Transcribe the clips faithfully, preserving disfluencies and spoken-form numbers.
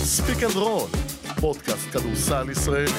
ספיק אנד רול, פודקאסט כדורסל ישראלי.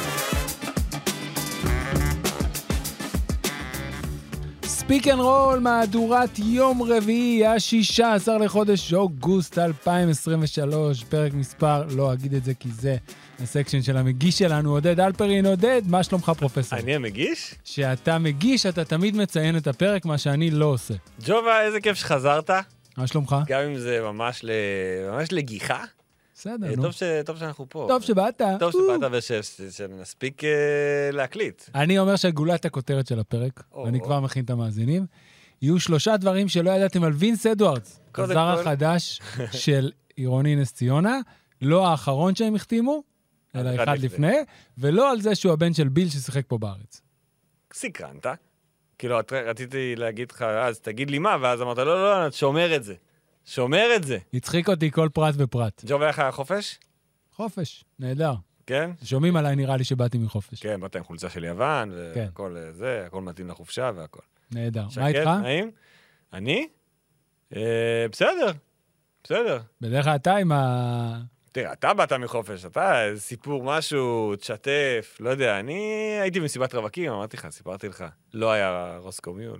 ספיק אנד רול, מהדורת יום רביעי, ה-שישה עשר לחודש אוגוסט אלפיים עשרים ושלוש, פרק מספר, לא אגיד את זה כי זה הסקשן של המגיש שלנו, עודד אלפרין. עודד, מה שלומך פרופסור? אני המגיש? שאתה מגיש, אתה תמיד מציין את הפרק, מה שאני לא עושה. ג'ובה, איזה כיף שחזרת. מה שלומך? גם אם זה ממש, ל... ממש לגיחה. בסדר, נו. טוב, ש... טוב שאנחנו פה. טוב שבאת. טוב שבאת ושנספיק uh, להקליט. אני אומר שגולת הכותרת של הפרק, או, אני או. כבר מכין את המאזינים, יהיו שלושה דברים שלא ידעתם על וינס אדוארדס, קודם הזר כל. החדש של עירוני נס ציונה, לא האחרון שהם החתימו, אלא אחד אחד לפני. לפני, ולא על זה שהוא הבן של ביל ששיחק פה בארץ. סקרנת. כאילו, את- רציתי להגיד לך, אז תגיד לי מה, ואז אמרת, לא, לא, לא, אתה שומר את זה. שומר את זה. הצחיק אותי כל פרט ופרט. ג'ובה, איך היה חופש? חופש, נהדר. כן? שומעים עליי, נראה לי שבאתי מחופש. כן, באת עם חולצה של יוון, כן. והכל זה, הכל מתאים לחופשה והכל. נהדר. שקט, מה איתך? נעים? אני? אה, בסדר, בסדר. בדרך כלל אתה עם ה... תראה, אתה באת מחופש, אתה סיפור משהו, תשתף, לא יודע, אני הייתי במסיבת רווקים, אמרתי לך, סיפרתי לך, לא היה רוסקומיול.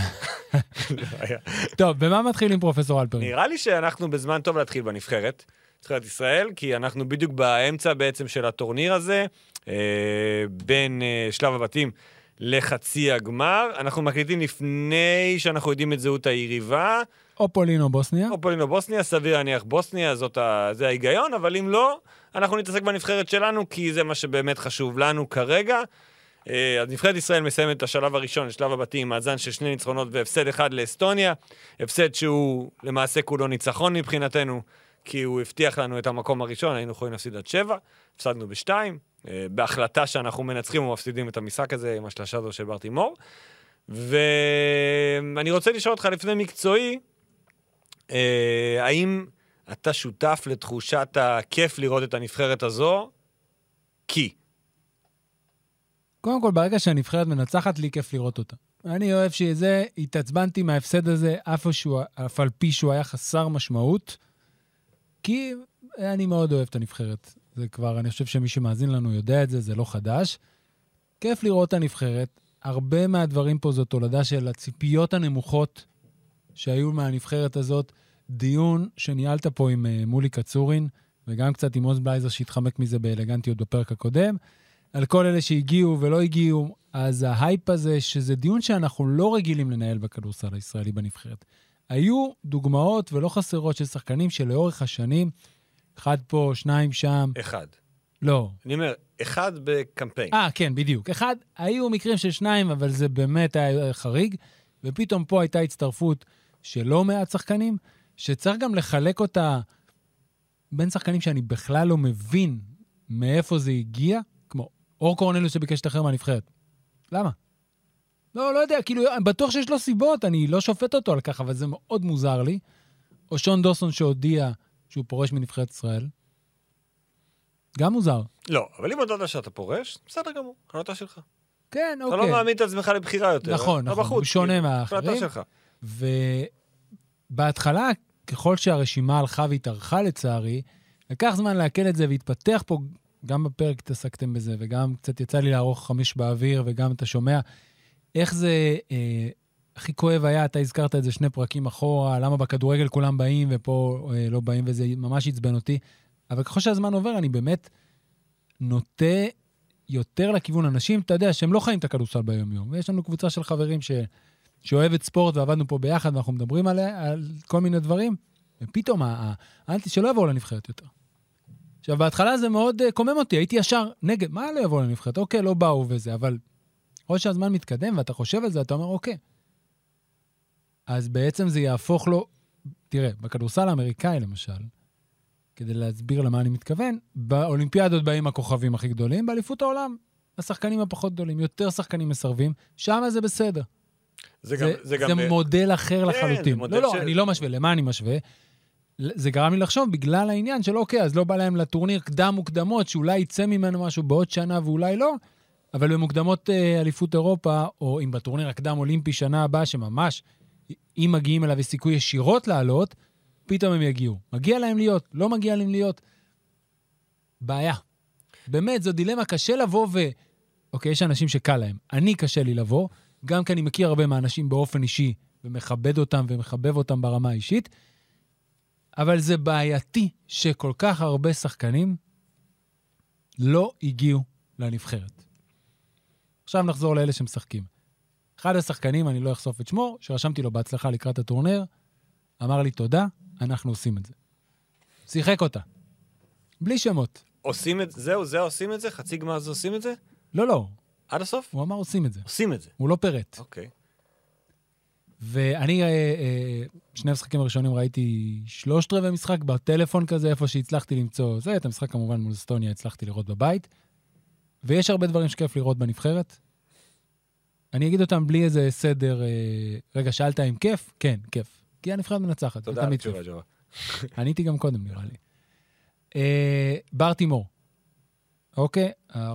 לא היה. טוב, במה מתחיל עם פרופסור אלפרין? נראה לי שאנחנו בזמן טוב להתחיל בנבחרת, נבחרת ישראל, כי אנחנו בדיוק באמצע בעצם של הטורניר הזה, אה, בין אה, שלב הבתים לחצי הגמר. אנחנו מקליטים לפני שאנחנו יודעים את זהות היריבה, או פולין או בוסניה? או פולין או בוסניה, סביר להניח בוסניה, זאת ה... זה ההיגיון, אבל אם לא, אנחנו נתעסק בנבחרת שלנו, כי זה מה שבאמת חשוב לנו כרגע. אה, אז נבחרת ישראל מסיימת את השלב הראשון, שלב הבתים, מאזן של שני ניצחונות והפסד אחד לאסטוניה, הפסד שהוא למעשה כולו ניצחון מבחינתנו, כי הוא הבטיח לנו את המקום הראשון, היינו יכולים להפסיד עד שבע, הפסדנו בשתיים, אה, בהחלטה שאנחנו מנצחים ומפסידים את המשחק הזה, עם השלשה הזו של בר תימור. ואני רוצה לשאול אותך לפני מקצועי, אה, האם אתה שותף לתחושת הכיף לראות את הנבחרת הזו? כי. קודם כל, ברגע שהנבחרת מנצחת, לי כיף לראות אותה. אני אוהב שזה, התעצבנתי מההפסד הזה, אף שהוא, אף על פי שהוא היה חסר משמעות, כי אני מאוד אוהב את הנבחרת. זה כבר, אני חושב שמי שמאזין לנו יודע את זה, זה לא חדש. כיף לראות את הנבחרת. הרבה מהדברים פה זו תולדה של הציפיות הנמוכות שהיו מהנבחרת הזאת. דיון שניהלת פה עם uh, מולי קצורין, וגם קצת עם עוז בלייזר שהתחמק מזה באלגנטיות בפרק הקודם, על כל אלה שהגיעו ולא הגיעו, אז ההייפ הזה, שזה דיון שאנחנו לא רגילים לנהל בכדורסל הישראלי בנבחרת. היו דוגמאות ולא חסרות של שחקנים שלאורך השנים, אחד פה, שניים שם. אחד. לא. אני אומר, אחד בקמפיין. אה, כן, בדיוק. אחד, היו מקרים של שניים, אבל זה באמת היה חריג, ופתאום פה הייתה הצטרפות של לא מעט שחקנים, שצריך גם לחלק אותה בין שחקנים שאני בכלל לא מבין מאיפה זה הגיע, כמו אור קורנליוס שביקש להשתחרר מהנבחרת. למה? לא, לא יודע, כאילו, בטוח שיש לו סיבות, אני לא שופט אותו על כך, אבל זה מאוד מוזר לי. או שון דוסון שהודיע שהוא פורש מנבחרת ישראל. גם מוזר. לא, אבל אם הודעת שאתה פורש, בסדר גמור, החלטה שלך. כן, אתה אוקיי. לא מאמין את עצמך לבחירה יותר. נכון, אתה נכון, בחוץ, הוא שונה כאילו, מהאחרים. החלטה שלך. ובהתחלה, ככל שהרשימה הלכה והתארכה לצערי, לקח זמן להקל את זה והתפתח פה, גם בפרק תעסקתם בזה, וגם קצת יצא לי לערוך חמש באוויר, וגם אתה שומע, איך זה אה, הכי כואב היה, אתה הזכרת את זה שני פרקים אחורה, למה בכדורגל כולם באים ופה אה, לא באים, וזה ממש עצבן אותי. אבל ככל שהזמן עובר, אני באמת נוטה יותר לכיוון אנשים, אתה יודע, שהם לא חיים את הכדורסל ביום יום, ויש לנו קבוצה של חברים ש... שאוהבת ספורט, ועבדנו פה ביחד, ואנחנו מדברים עליה, על כל מיני דברים, ופתאום, האנטי שלא יבואו לנבחרת יותר. עכשיו, בהתחלה זה מאוד uh, קומם אותי, הייתי ישר נגד, מה לא יבואו לנבחרת? אוקיי, לא באו וזה, אבל עוד שהזמן מתקדם, ואתה חושב על זה, אתה אומר, אוקיי. אז בעצם זה יהפוך לו, תראה, בכדורסל האמריקאי למשל, כדי להסביר למה אני מתכוון, באולימפיאדות באים הכוכבים הכי גדולים, באליפות העולם, השחקנים הפחות גדולים, יותר שחקנים מסרבים, שם זה בסדר. זה, זה, גם, זה, זה גם מודל אחר כן, לחלוטין. זה מודל לא, לא, של... אני לא משווה. למה אני משווה? זה גרם לי לחשוב בגלל העניין של אוקיי, אז לא בא להם לטורניר קדם מוקדמות, שאולי יצא ממנו משהו בעוד שנה ואולי לא, אבל במוקדמות אה, אליפות אירופה, או אם בטורניר הקדם אולימפי שנה הבאה, שממש, אם מגיעים אליו סיכוי ישירות לעלות, פתאום הם יגיעו. מגיע להם להיות, לא מגיע להם להיות. בעיה. באמת, זו דילמה, קשה לבוא ו... אוקיי, יש אנשים שקל להם. אני קשה לי לבוא, גם כי אני מכיר הרבה מהאנשים באופן אישי, ומכבד אותם ומחבב אותם ברמה האישית, אבל זה בעייתי שכל כך הרבה שחקנים לא הגיעו לנבחרת. עכשיו נחזור לאלה שמשחקים. אחד השחקנים, אני לא אחשוף את שמו, שרשמתי לו בהצלחה לקראת הטורניר, אמר לי תודה, אנחנו עושים את זה. שיחק אותה. בלי שמות. עושים את זה? זהו, זה עושים את זה? חצי גמר זה עושים את זה? לא, לא. עד הסוף? הוא אמר עושים את זה. עושים את זה. הוא לא פירט. אוקיי. ואני, שני המשחקים הראשונים ראיתי שלושת רבעי משחק בטלפון כזה, איפה שהצלחתי למצוא זה, את המשחק כמובן מול אסטוניה הצלחתי לראות בבית, ויש הרבה דברים שכיף לראות בנבחרת. אני אגיד אותם בלי איזה סדר, רגע, שאלת אם כיף? כן, כיף. כי הנבחרת מנצחת. תודה על התשובה, ג'ובה. עניתי גם קודם, נראה לי. בר תימור. אוקיי?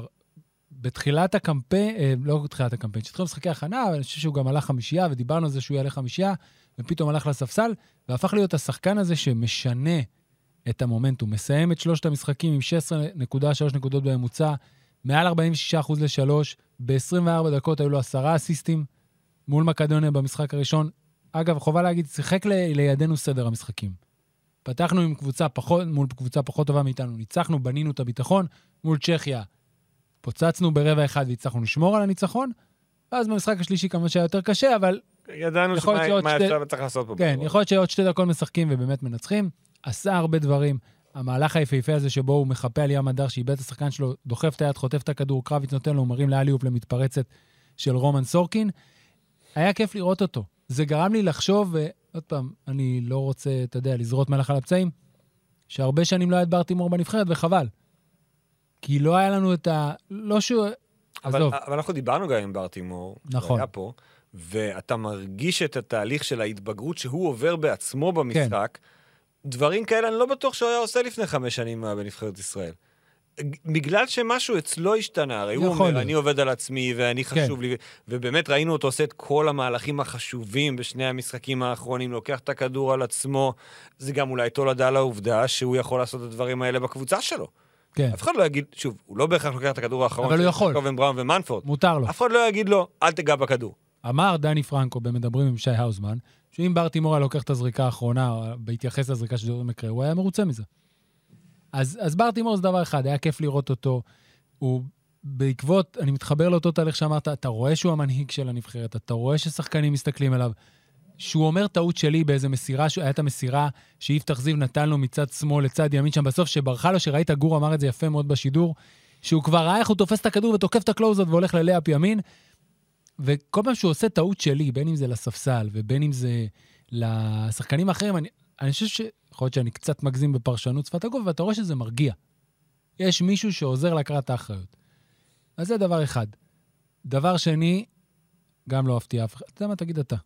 בתחילת הקמפיין, לא בתחילת הקמפיין, שתחילת משחקי הכנה, אבל אני חושב שהוא גם הלך חמישייה, ודיברנו על זה שהוא יעלה חמישייה, ופתאום הלך לספסל, והפך להיות השחקן הזה שמשנה את המומנטום. מסיים את שלושת המשחקים עם שש עשרה נקודה שלוש נקודות בממוצע, מעל ארבעים ושש אחוז לשלוש, ב-עשרים וארבע דקות היו לו עשרה אסיסטים, מול מקדוניה במשחק הראשון. אגב, חובה להגיד, שיחק לידינו סדר המשחקים. פתחנו עם קבוצה פחות, מול קבוצה פחות טובה מאיתנו, ניצחנו, בנינו את הביטחון, מול צ'כיה, פוצצנו ברבע אחד והצלחנו לשמור על הניצחון, ואז במשחק השלישי כמה שהיה יותר קשה, אבל... ידענו שמה, מה אפשר וצריך לעשות פה. כן, יכול להיות שעוד שתי דקות משחקים ובאמת מנצחים. עשה הרבה דברים. המהלך היפהפה הזה שבו הוא מחפה על ים הדר, שאיבד את השחקן שלו, דוחף את היד, חוטף את הכדור, קרביץ נותן לו, הוא מרים לאליופ למתפרצת של רומן סורקין. היה כיף לראות אותו. זה גרם לי לחשוב, ועוד פעם, אני לא רוצה, אתה יודע, לזרות מלח על הפצעים, שהרבה שנים לא היה את בר תימור בנבחרת, וחבל. כי לא היה לנו את ה... לא שהוא... אבל, אבל אנחנו דיברנו גם עם בר תימור, נכון. היה פה, ואתה מרגיש את התהליך של ההתבגרות שהוא עובר בעצמו במשחק, כן. דברים כאלה אני לא בטוח שהוא היה עושה לפני חמש שנים בנבחרת ישראל. בגלל שמשהו אצלו השתנה, הרי הוא אומר, אני עובד על עצמי ואני חשוב כן. לי, ובאמת ראינו אותו עושה את כל המהלכים החשובים בשני המשחקים האחרונים, לוקח את הכדור על עצמו, זה גם אולי תולדה לעובדה שהוא יכול לעשות את הדברים האלה בקבוצה שלו. כן. אף אחד לא יגיד, שוב, הוא לא בהכרח לוקח את הכדור האחרון, אבל הוא יכול. קובן בראון ומנפורד. מותר לו. אף אחד לא יגיד לו, אל תגע בכדור. אמר דני פרנקו, במדברים עם שי האוזמן, שאם בר תימור היה לוקח את הזריקה האחרונה, בהתייחס לזריקה של דורון מקרה, הוא היה מרוצה מזה. אז, אז בר תימור זה דבר אחד, היה כיף לראות אותו, הוא בעקבות, אני מתחבר לאותו תהליך שאמרת, אתה רואה שהוא המנהיג של הנבחרת, אתה רואה ששחקנים מסתכלים עליו, שהוא אומר טעות שלי באיזה מסירה, היה את המסירה שיפתח זיו נתן לו מצד שמאל לצד ימין שם בסוף, שברחה לו שראית גור אמר את זה יפה מאוד בשידור, שהוא כבר ראה איך הוא תופס את הכדור ותוקף את הקלוזות והולך ללאפ ימין, וכל פעם שהוא עושה טעות שלי, בין אם זה לספסל ובין אם זה לשחקנים האחרים, אני, אני חושב שיכול להיות שאני קצת מגזים בפרשנות שפת הגוף, ואתה רואה שזה מרגיע. יש מישהו שעוזר לקראת האחריות. אז זה דבר אחד. דבר שני, גם לא אהבתי אף אחד. אתה יודע מה, תגיד אתה.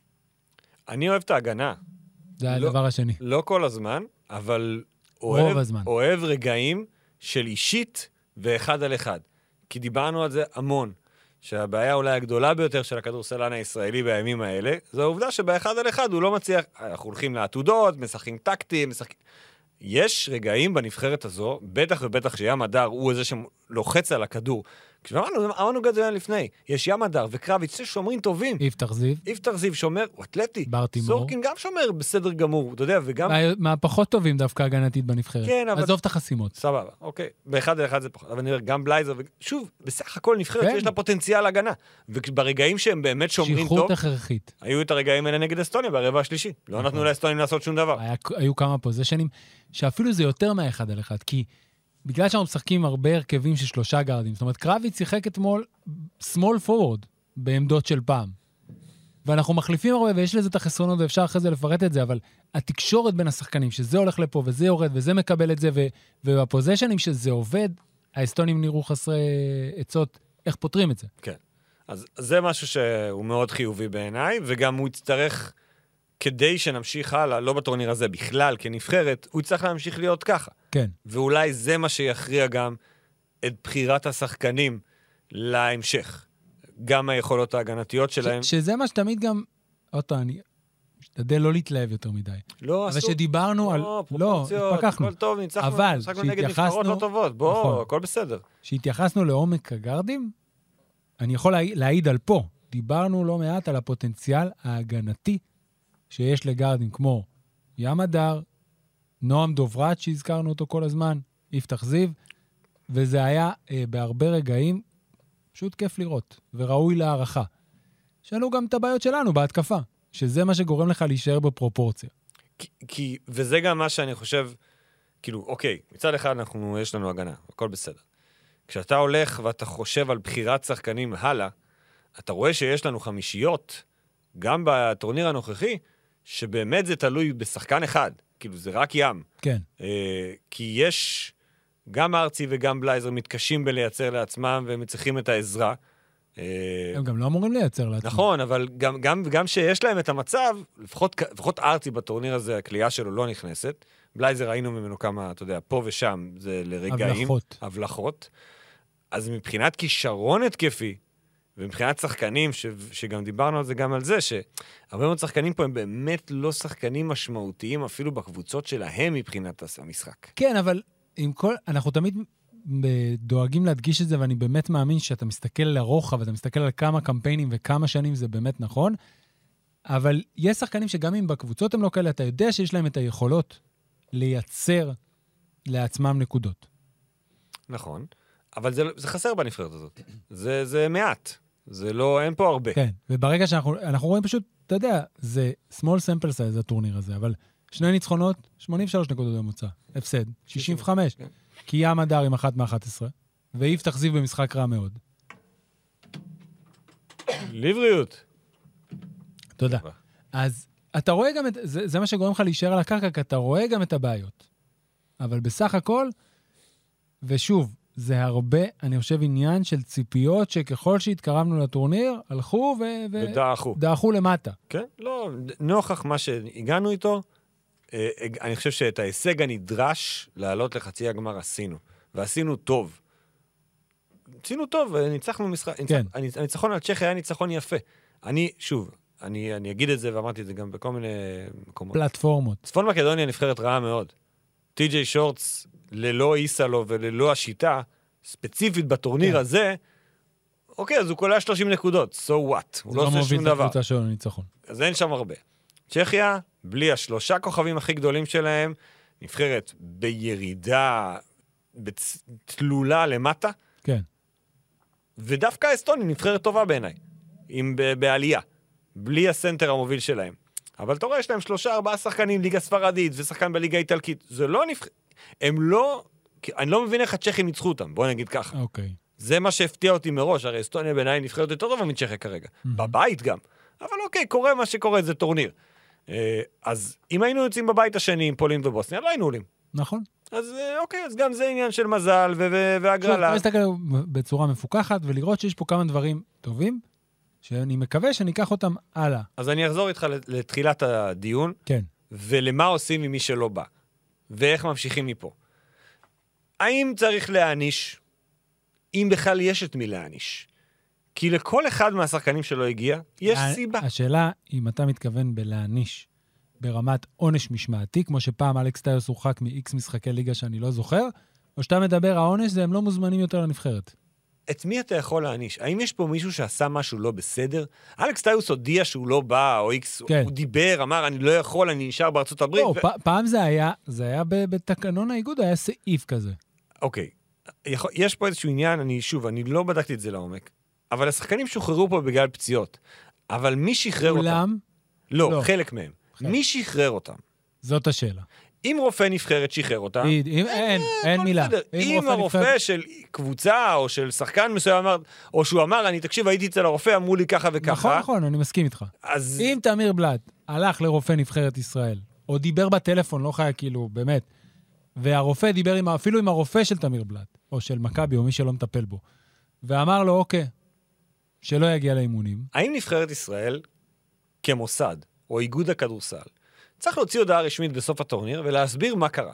אני אוהב את ההגנה. זה היה לא, הדבר השני. לא כל הזמן, אבל רוב אוהב, הזמן. אוהב רגעים של אישית ואחד על אחד. כי דיברנו על זה המון. שהבעיה אולי הגדולה ביותר של הכדורסלן הישראלי בימים האלה, זו העובדה שבאחד על אחד הוא לא מצליח, אנחנו הולכים לעתודות, משחקים טקטיים, משחקים... יש רגעים בנבחרת הזו, בטח ובטח שים הדר הוא איזה שלוחץ על הכדור. כשאמרנו, אמרנו גדולה לפני, יש ים הדר וקרביץ, יש שומרים טובים. יפתח זיו. יפתח זיו שומר, הוא אתלטי. בר תימור. סורקין גם שומר בסדר גמור, אתה יודע, וגם... מהפחות טובים דווקא הגנתית בנבחרת. כן, אבל... עזוב את החסימות. סבבה, אוקיי. באחד על אחד זה פחות. אבל נראה, גם בלייזר, ושוב, בסך הכל נבחרת כן. שיש לה פוטנציאל הגנה. וברגעים שהם באמת שומרים טוב... שליחות הכרחית. היו את הרגעים האלה נגד אסטוניה ברבע השלישי. לא נתנו לאסטונים לעשות שום דבר. היה, היו כמה פוזישנים שאפילו זה יותר מהאחד על אחד, כי בגלל שאנחנו משחקים הרבה הרכבים של שלושה גארדים, זאת אומרת, קרביץ שיחק אתמול small forward בעמדות של פעם. ואנחנו מחליפים הרבה, ויש לזה את החסרונות, ואפשר אחרי זה לפרט את זה, אבל התקשורת בין השחקנים, שזה הולך לפה, וזה יורד, וזה מקבל את זה, ו- ובפוזישנים שזה עובד, האסטונים נראו חסרי עצות, איך פותרים את זה. כן. אז זה משהו שהוא מאוד חיובי בעיניי, וגם הוא יצטרך, כדי שנמשיך הלאה, לא בטורניר הזה בכלל, כנבחרת, הוא יצטרך להמשיך להיות ככה. כן. ואולי זה מה שיכריע גם את בחירת השחקנים להמשך. גם היכולות ההגנתיות שלהם. ש- שזה מה שתמיד גם, אותו, אני תדל לא להתלהב יותר מדי. לא, אבל שדיברנו על... לא, לא, פרופורציות, התפקחנו. הכל טוב, ניצחנו, אבל משחקנו נגד שהתייחסנו- נבחרות לא טובות, בוא, נכון. הכל בסדר. כשהתייחסנו לעומק הגרדים, אני יכול לה- להעיד על פה. דיברנו לא מעט על הפוטנציאל ההגנתי שיש לגרדים, כמו ים הדר, נועם דוברת, שהזכרנו אותו כל הזמן, יפתח זיו, וזה היה אה, בהרבה רגעים פשוט כיף לראות, וראוי להערכה. יש לנו גם את הבעיות שלנו בהתקפה, שזה מה שגורם לך להישאר בפרופורציה. כי, כי, וזה גם מה שאני חושב, כאילו, אוקיי, מצד אחד אנחנו, יש לנו הגנה, הכל בסדר. כשאתה הולך ואתה חושב על בחירת שחקנים הלאה, אתה רואה שיש לנו חמישיות, גם בטורניר הנוכחי, שבאמת זה תלוי בשחקן אחד, כאילו זה רק ים. כן. אה, כי יש, גם ארצי וגם בלייזר מתקשים בלייצר לעצמם, והם צריכים את העזרה. אה, הם גם לא אמורים לייצר לעצמם. נכון, אבל גם, גם, גם שיש להם את המצב, לפחות, לפחות ארצי בטורניר הזה, הקליעה שלו לא נכנסת. בלייזר ראינו ממנו כמה, אתה יודע, פה ושם, זה לרגעים. הבלחות. הבלחות. אז מבחינת כישרון התקפי, ומבחינת שחקנים, ש, שגם דיברנו על זה גם על זה, שהרבה מאוד שחקנים פה הם באמת לא שחקנים משמעותיים, אפילו בקבוצות שלהם מבחינת המשחק. כן, אבל עם כל, אנחנו תמיד דואגים להדגיש את זה, ואני באמת מאמין שאתה מסתכל על הרוחב, ואתה מסתכל על כמה קמפיינים וכמה שנים זה באמת נכון, אבל יש שחקנים שגם אם בקבוצות הם לא כאלה, אתה יודע שיש להם את היכולות לייצר לעצמם נקודות. נכון, אבל זה, זה חסר בנבחרת הזאת. זה, זה מעט. זה לא, אין פה הרבה. כן, וברגע שאנחנו אנחנו רואים פשוט, אתה יודע, זה small sample size הטורניר הזה, אבל שני ניצחונות, שמונים ושלוש נקודות בממוצע, הפסד, שישים וחמש. כן. כי ים הדר עם אחת מאחת עשרה, ויפתח זיו במשחק רע מאוד. ליבריות. תודה. אז אתה רואה גם את, זה, זה מה שגורם לך להישאר על הקרקע, כי אתה רואה גם את הבעיות. אבל בסך הכל, ושוב, זה הרבה, אני חושב, עניין של ציפיות שככל שהתקרבנו לטורניר, הלכו ו... ו... ודעכו. דעכו למטה. כן, לא, נוכח מה שהגענו איתו, אני חושב שאת ההישג הנדרש לעלות לחצי הגמר עשינו. ועשינו טוב. עשינו טוב, ניצחנו משחק. כן. הניצחון על צ'כיה היה ניצחון יפה. אני, שוב, אני, אני אגיד את זה, ואמרתי את זה גם בכל מיני מקומות. פלטפורמות. צפון מקדוניה נבחרת רעה מאוד. טי.ג'יי שורטס, ללא איסלו וללא השיטה, ספציפית בטורניר כן. הזה, אוקיי, אז הוא קולע שלושים נקודות. So what? הוא לא עושה שום דבר. זה לא מוביל את הקבוצה שלו לניצחון. אז אין שם הרבה. צ'כיה, בלי השלושה כוכבים הכי גדולים שלהם, נבחרת בירידה, בתלולה למטה, כן. ודווקא אסטוני נבחרת טובה בעיניי, עם בעלייה, בלי הסנטר המוביל שלהם. אבל אתה רואה, יש להם שלושה, ארבעה שחקנים, ליגה ספרדית, ושחקן בליגה איטלקית. זה לא נבחרת, הם לא, אני לא מבין איך הצ'כים ניצחו אותם, בוא נגיד ככה. אוקיי. זה מה שהפתיע אותי מראש, הרי אסטוניה בעיניי נבחרת יותר טובה מצ'כיה כרגע. בבית גם. אבל אוקיי, קורה מה שקורה, זה טורניר. אז אם היינו יוצאים בבית השני עם פולין ובוסניה, לא היינו עולים. נכון. אז אוקיי, אז גם זה עניין של מזל והגרלה. שוב, להסתכל בצורה מפוקחת ולראות שיש פה כמה דברים טובים, שאני מקווה שניקח אותם הלאה. אז אני אחזור איתך לתחילת הדיון, כן. ולמה עושים עם מי שלא בא, ואיך ממשיכים מפה. האם צריך להעניש? אם בכלל יש את מי להעניש. כי לכל אחד מהשחקנים שלא הגיע, יש סיבה. השאלה, אם אתה מתכוון בלהעניש ברמת עונש משמעתי, כמו שפעם אלכס טיוס הורחק מ-X משחקי ליגה שאני לא זוכר, או שאתה מדבר, העונש זה הם לא מוזמנים יותר לנבחרת. את מי אתה יכול להעניש? האם יש פה מישהו שעשה משהו לא בסדר? אלכס טיוס הודיע שהוא לא בא, או איקס, כן. הוא דיבר, אמר, אני לא יכול, אני נשאר בארצות הברית. לא, ו... פ- פעם זה היה, זה היה בתקנון האיגוד, היה סעיף כזה. אוקיי. יכול, יש פה איזשהו עניין, אני שוב, אני לא בדקתי את זה לעומק, אבל השחקנים שוחררו פה בגלל פציעות. אבל מי שחרר אותם? כולם? לא, לא. חלק מהם. חלק. מי שחרר אותם? זאת השאלה. אם רופא נבחרת שחרר אותה, אין, אין, אין, אין מילה. אם הרופא נבחרת... של קבוצה או של שחקן מסוים אמר, או שהוא אמר, אני תקשיב, הייתי אצל הרופא, אמרו לי ככה וככה. נכון, נכון, אני מסכים איתך. אז... אם תמיר בלאט הלך לרופא נבחרת ישראל, או דיבר בטלפון, לא חיה כאילו, באמת, והרופא דיבר עם, אפילו עם הרופא של תמיר בלאט, או של מכבי, או מי שלא מטפל בו, ואמר לו, אוקיי, שלא יגיע לאימונים. האם נבחרת ישראל, כמוסד, או איגוד הכדורסל, צריך להוציא הודעה רשמית בסוף הטורניר, ולהסביר מה קרה?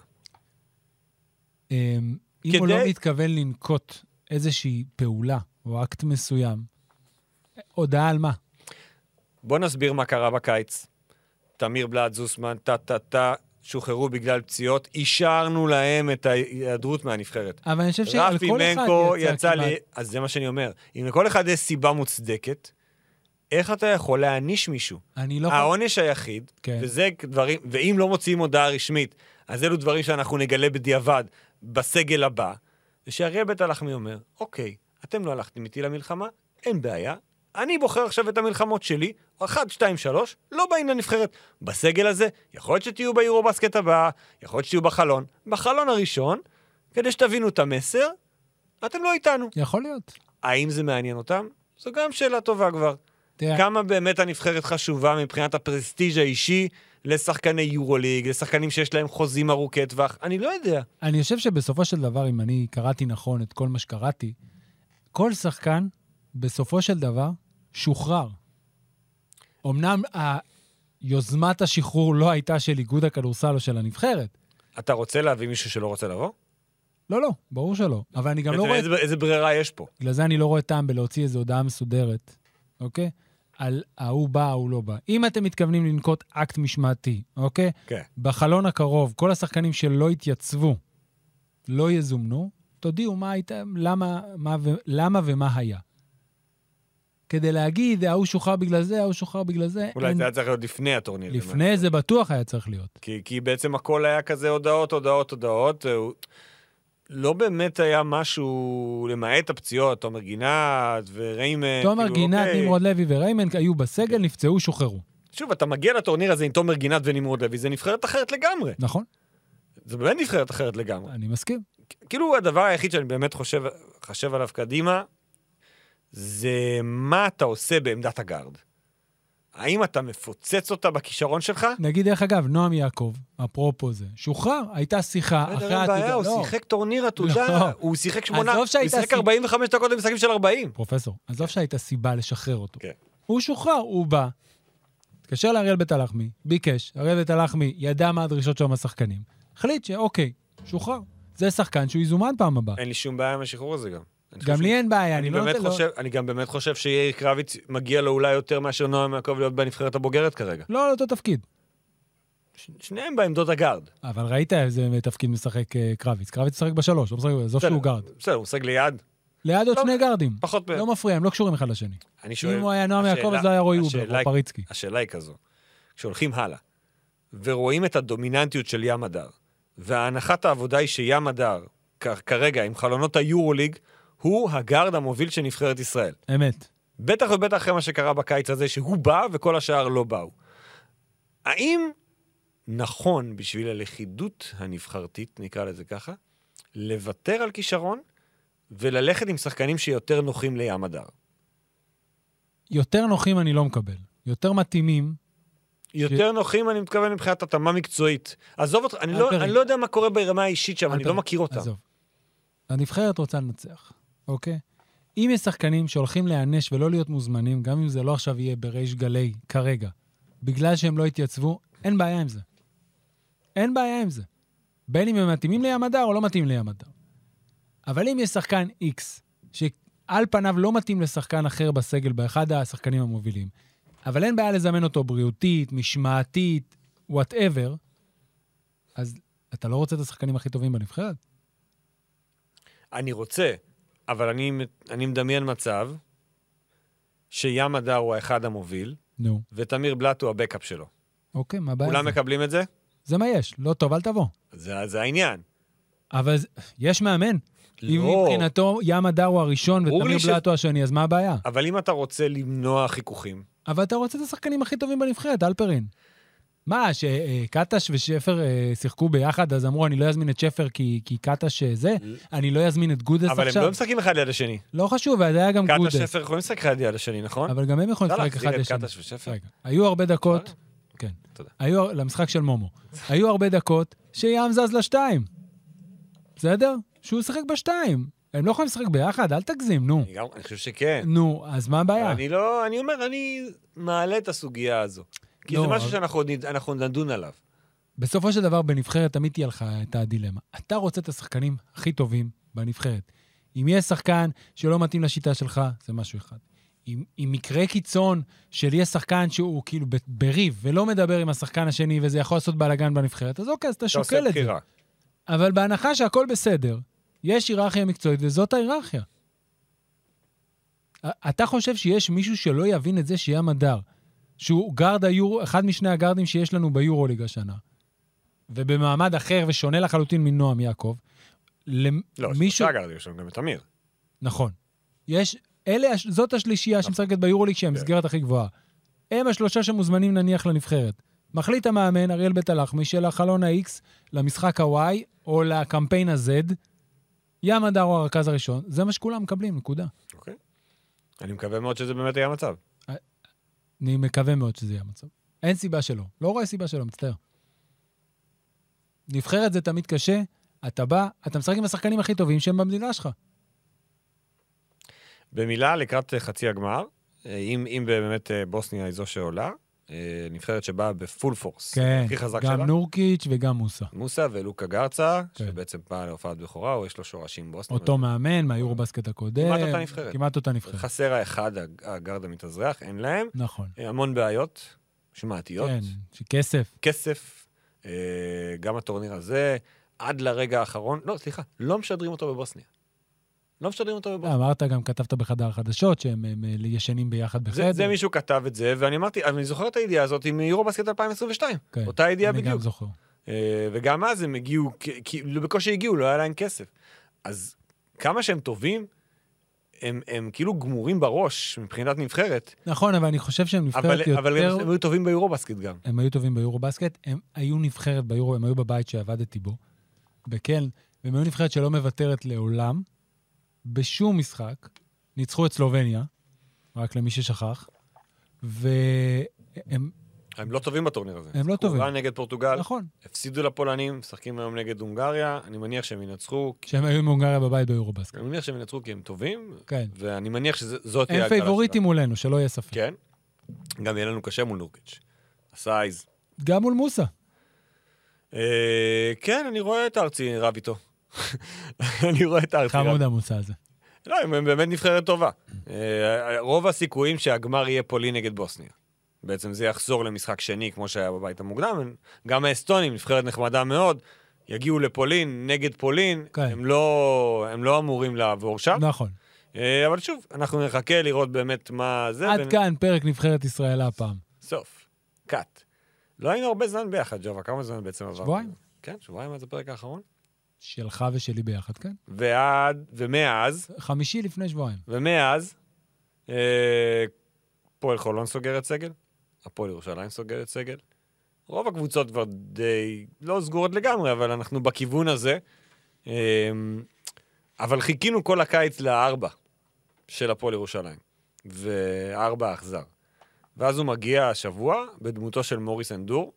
אם כדי... הוא לא מתכוון לנקוט איזושהי פעולה, או אקט מסוים, הודעה על מה? בוא נסביר מה קרה בקיץ. תמיר בלאט, זוסמן, טה-טה-טה, שוחררו בגלל פציעות, אישרנו להם את ההיעדרות מהנבחרת. אבל אני חושב שעל כל אחד מנקו יצא, יצא כמעט... לי, אז זה מה שאני אומר. אם לכל אחד יש סיבה מוצדקת, איך אתה יכול להעניש מישהו? אני לא... העונש היחיד, כן. וזה דברים, ואם לא מוציאים הודעה רשמית, אז אלו דברים שאנחנו נגלה בדיעבד בסגל הבא, זה שאריה בית הלחמי אומר, אוקיי, אתם לא הלכתם איתי למלחמה, אין בעיה, אני בוחר עכשיו את המלחמות שלי, אחת, שתיים, שלוש, לא באים לנבחרת. בסגל הזה, יכול להיות שתהיו ביורובסקט הבא, יכול להיות שתהיו בחלון. בחלון הראשון, כדי שתבינו את המסר, אתם לא איתנו. יכול להיות. האם זה מעניין אותם? זו גם שאלה טובה כבר. תראה. כמה באמת הנבחרת חשובה מבחינת הפרסטיג' האישי לשחקני יורוליג, לשחקנים שיש להם חוזים ארוכי טווח? אני לא יודע. אני חושב שבסופו של דבר, אם אני קראתי נכון את כל מה שקראתי, כל שחקן, בסופו של דבר, שוחרר. אמנם יוזמת השחרור לא הייתה של איגוד הכדורסל או של הנבחרת. אתה רוצה להביא מישהו שלא רוצה לבוא? לא, לא, ברור שלא. אבל אני גם לא רואה... איזה, איזה ברירה יש פה? בגלל זה אני לא רואה טעם בלהוציא איזו הודעה מסודרת, אוקיי? על ההוא בא, ההוא לא בא. אם אתם מתכוונים לנקוט אקט משמעתי, אוקיי? כן. בחלון הקרוב, כל השחקנים שלא התייצבו, לא יזומנו, תודיעו מה הייתה, למה, מה, למה ומה היה. כדי להגיד, ההוא שוחרר בגלל זה, ההוא שוחרר בגלל זה. אולי אין... זה היה צריך להיות לפני הטורניר. לפני זה בטוח היה צריך להיות. כי, כי בעצם הכל היה כזה הודעות, הודעות, הודעות. לא באמת היה משהו, למעט הפציעות, תומר גינת וריימן. תומר כאילו, גינת, אוקיי. נמרוד לוי וריימן היו בסגל, כן. נפצעו, שוחררו. שוב, אתה מגיע לטורניר הזה עם תומר גינת ונמרוד לוי, זה נבחרת אחרת לגמרי. נכון. זה באמת נבחרת אחרת לגמרי. אני מסכים. כאילו הדבר היחיד שאני באמת חושב, חושב עליו קדימה, זה מה אתה עושה בעמדת הגארד. האם אתה מפוצץ אותה בכישרון שלך? נגיד דרך אגב, נועם יעקב, אפרופו זה, שוחרר, הייתה שיחה אחרי העתודה. הוא שיחק טורניר עתודה, הוא שיחק שמונה, הוא שיחק ארבעים וחמש דקות במשחקים של ארבעים. פרופסור, עזוב שהייתה סיבה לשחרר אותו. הוא שוחרר, הוא בא, התקשר לאריאל בית הלחמי, ביקש, אריאל בית הלחמי ידע מה הדרישות שלו מהשחקנים, החליט שאוקיי, שוחרר. זה שחקן שהוא יזומן פעם הבא. אין לי שום בעיה עם השחרור הזה גם. גם לי אין בעיה, אני באמת חושב, אני גם באמת חושב שיאיר קרביץ מגיע לו אולי יותר מאשר נועם יעקב להיות בנבחרת הבוגרת כרגע. לא, לא אותו תפקיד. שניהם בעמדות הגארד. אבל ראית איזה תפקיד משחק קרביץ. קרביץ משחק בשלוש, לא משחק, עזוב שהוא גארד. בסדר, הוא משחק ליד. ליד עוד שני גארדים. פחות ב... לא מפריע, הם לא קשורים אחד לשני. אני שואל... אם הוא היה נועם יעקב, אז לא היה רועי אובר או פריצקי. השאלה היא כזו. כשהולכים הלאה, ורואים את הדומיננטיות של ים הדר, וההנחת העבודה היא שים הדר, כרגע, עם חלונות היורוליג, הוא הגארד המוביל של נבחרת ישראל. אמת. בטח ובטח אחרי מה שקרה בקיץ הזה, שהוא בא וכל השאר לא באו. האם נכון בשביל הלכידות הנבחרתית, נקרא לזה ככה, לוותר על כישרון וללכת עם שחקנים שיותר נוחים לים הדר? יותר נוחים אני לא מקבל. יותר מתאימים. יותר ש... נוחים אני מתכוון מבחינת התאמה מקצועית. עזוב אותך, אני, לא, אני לא יודע מה קורה ברמה האישית שם, אני לא מכיר אותם. עזוב. הנבחרת רוצה לנצח, אוקיי? אם יש שחקנים שהולכים להיענש ולא להיות מוזמנים, גם אם זה לא עכשיו יהיה בריש גלי כרגע, בגלל שהם לא התייצבו, אין בעיה עם זה. אין בעיה עם זה. בין אם הם מתאימים לים הדר או לא מתאים לים הדר. אבל אם יש שחקן X, שעל פניו לא מתאים לשחקן אחר בסגל, באחד השחקנים המובילים, אבל אין בעיה לזמן אותו בריאותית, משמעתית, whatever, אז אתה לא רוצה את השחקנים הכי טובים בנבחרת? אני רוצה, אבל אני, אני מדמיין מצב שים הדר הוא האחד המוביל, נו. ותמיר בלאט הוא הבקאפ שלו. אוקיי, מה הבעיה? כולם מקבלים את זה? זה מה יש, לא טוב, אל תבוא. זה, זה העניין. אבל יש מאמן. לא. אם מבחינתו ים הדר הוא הראשון ותמיר בלאט הוא השני, אז מה הבעיה? אבל אם אתה רוצה למנוע חיכוכים... אבל אתה רוצה את השחקנים הכי טובים בנבחרת, אלפרין. מה, שקטש ושפר שיחקו ביחד, אז אמרו, אני לא אזמין את שפר כי, כי קטש זה, אני לא אזמין את גודס אבל עכשיו. אבל הם לא משחקים אחד ליד השני. לא חשוב, וזה היה גם גודס. קטש ושפר יכולים לשחק אחד ליד השני, נכון? אבל גם הם יכולים לשחק אחד לשני. קטש ושפר? היו הרבה דקות, כן. תודה. היו, למשחק של מומו. היו הרבה דקות שים זז לשתיים. בסדר? שהוא ישחק בשתיים. הם לא יכולים לשחק ביחד, אל תגזים, נו. אני, גם, אני חושב שכן. נו, אז מה הבעיה? אני לא, אני אומר, אני מעלה את הסוגיה הזו. כי זה משהו שאנחנו נדון עליו. בסופו של דבר, בנבחרת תמיד תהיה לך את הדילמה. אתה רוצה את השחקנים הכי טובים בנבחרת. אם יש שחקן שלא מתאים לשיטה שלך, זה משהו אחד. עם, עם מקרה קיצון של יהיה שחקן שהוא כאילו ב- בריב, ולא מדבר עם השחקן השני, וזה יכול לעשות בלגן בנבחרת, אז אוקיי, אז אתה שוקל את זה. אבל בהנחה שהכל בסדר, יש היררכיה מקצועית, וזאת ההיררכיה. אתה חושב שיש מישהו שלא יבין את זה שיהיה מדר, שהוא גארד היורו, אחד משני הגארדים שיש לנו ביורוליג השנה, ובמעמד אחר ושונה לחלוטין מנועם יעקב, לא, למישהו... שלושה גארדים, יש לנו גם את אמיר. נכון. יש, אלה, זאת השלישייה שמשחקת ביורוליג שהיא המסגרת הכי גבוהה. הם השלושה שמוזמנים נניח לנבחרת. מחליט המאמן, אריאל בית הלחמי, של החלון ה-X למשחק ה-Y, או לקמפיין ה-Z, ים הדר הוא הרכז הראשון, זה מה שכולם מקבלים, נקודה. אוקיי. אני מקווה מאוד שזה באמת יהיה המצב. אני מקווה מאוד שזה יהיה המצב. אין סיבה שלא. לא רואה סיבה שלא, מצטער. נבחרת זה תמיד קשה, אתה בא, אתה משחק עם השחקנים הכי טובים שהם במדינה שלך. במילה, לקראת חצי הגמר, אם, אם באמת בוסניה היא זו שעולה, נבחרת שבאה בפול פורס. כן, הכי חזק גם שלה. נורקיץ' וגם מוסה. מוסה ולוקה גרצה, כן. שבעצם באה להופעת בכורה, או יש לו שורשים בוסניה. אותו מאמן, מהיורובסקט הקודם. כמעט אותה נבחרת. כמעט אותה נבחרת. חסר האחד, הגארד המתאזרח, אין להם. נכון. המון בעיות, שמעתיות. כן, שכסף. כסף. גם הטורניר הזה, עד לרגע האחרון, לא, סליחה, לא משדרים אותו בבוסניה. לא משדרים אותו בבוסניה. אמרת, גם כתבת בחדר החדשות שהם ישנים ביחד בחדר. זה, זה מישהו כתב את זה, ואני אמרתי, אני זוכר את הידיעה הזאת עם יורובסקט אלפיים עשרים ושתיים. כן, אותה הידיעה בדיוק. אני גם זוכר. וגם אז הם הגיעו, כי בקושי הגיעו, לא היה להם כסף. אז כמה שהם טובים, הם, הם כאילו גמורים בראש מבחינת נבחרת. נכון, אבל אני חושב שהם נבחרת אבל, יותר... אבל הם היו טובים ביורובסקט גם. הם היו טובים ביורובסקט, הם היו נבחרת ביורו, הם היו בבית שעבדתי בו, בקלן, והם היו נבחרת שלא מוותרת לעולם, בשום משחק, ניצחו את סלובניה, רק למי ששכח, והם... הם לא טובים בטורניר הזה. הם לא טובים. קורה נגד פורטוגל. נכון. הפסידו לפולנים, משחקים היום נגד הונגריה, אני מניח שהם ינצחו. שהם היו עם הונגריה בבית ביורובסקט. אני מניח שהם ינצחו כי הם טובים, כן. ואני מניח שזאת תהיה הם פייבוריטים מולנו, שלא יהיה ספק. כן. גם יהיה לנו קשה מול נורקיץ'. הסייז. גם מול מוסה. כן, אני רואה את ארצי רב איתו. אני רואה את ארצי רב. חמוד המוסה הזה. לא, הם באמת נבחרת טובה. רוב הסיכויים שהגמר יהיה פולין נגד בוסניה. בעצם זה יחזור למשחק שני, כמו שהיה בבית המוקדם. גם האסטונים, נבחרת נחמדה מאוד, יגיעו לפולין, נגד פולין, כן. הם, לא, הם לא אמורים לעבור שם. נכון. אבל שוב, אנחנו נחכה לראות באמת מה זה. עד ו... כאן פרק נבחרת ישראל הפעם. סוף. קאט. לא היינו הרבה זמן ביחד, ג'ובה. כמה זמן בעצם עבר? שבועיים. כן, שבועיים עד הפרק האחרון. שלך ושלי ביחד, כן? ועד, ומאז... חמישי לפני שבועיים. ומאז, אה, פועל חולון סוגרת סגל, הפועל ירושלים סוגרת סגל. רוב הקבוצות כבר די לא סגורות לגמרי, אבל אנחנו בכיוון הזה. אה, אבל חיכינו כל הקיץ לארבע של הפועל ירושלים, וארבע אכזר. ואז הוא מגיע השבוע בדמותו של מוריס אנדור,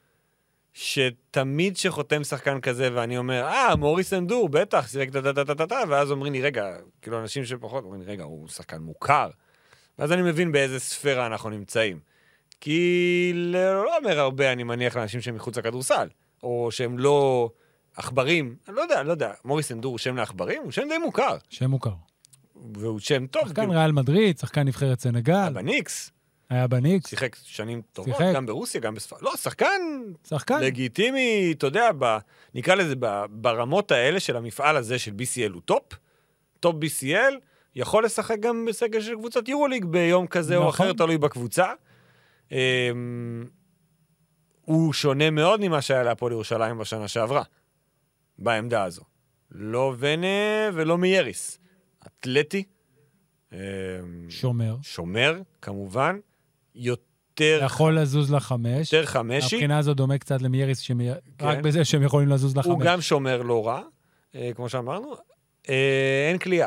שתמיד שחותם שחקן כזה, ואני אומר, אה, מוריס אנדור, בטח, סירק טטטטטטטטט, ואז אומרים לי, רגע, כאילו אנשים שפחות, אומרים לי, רגע, הוא שחקן מוכר. ואז אני מבין באיזה ספירה אנחנו נמצאים. כי לא אומר הרבה, אני מניח, לאנשים שהם מחוץ לכדורסל, או שהם לא עכברים, אני לא יודע, לא יודע, מוריס אנדור הוא שם לעכברים? הוא שם די מוכר. שם מוכר. והוא שם טוב. שחקן ריאל מדריד, שחקן נבחרת סנגל. בניקס. היה בניקס. שיחק שנים טובות, שיחק. גם ברוסיה, גם בספרד. לא, שחקן, שחקן לגיטימי, אתה יודע, ב, נקרא לזה, ב, ברמות האלה של המפעל הזה של בי סי אל הוא טופ, טופ בי סי אל, יכול לשחק גם בסגל של קבוצת יורוליג ביום כזה נכון. או אחר, תלוי בקבוצה. אמ, הוא שונה מאוד ממה שהיה להפועל ירושלים בשנה שעברה, בעמדה הזו. לא ונה ולא מייריס. אתלטי. אמ, שומר. שומר, כמובן. יותר... יכול לזוז לחמש. יותר חמשי. הבחינה הזו דומה קצת למייריס, שמי... כן. רק בזה שהם יכולים לזוז לחמש. הוא גם שומר לא רע, כמו שאמרנו. אה, אין קליעה.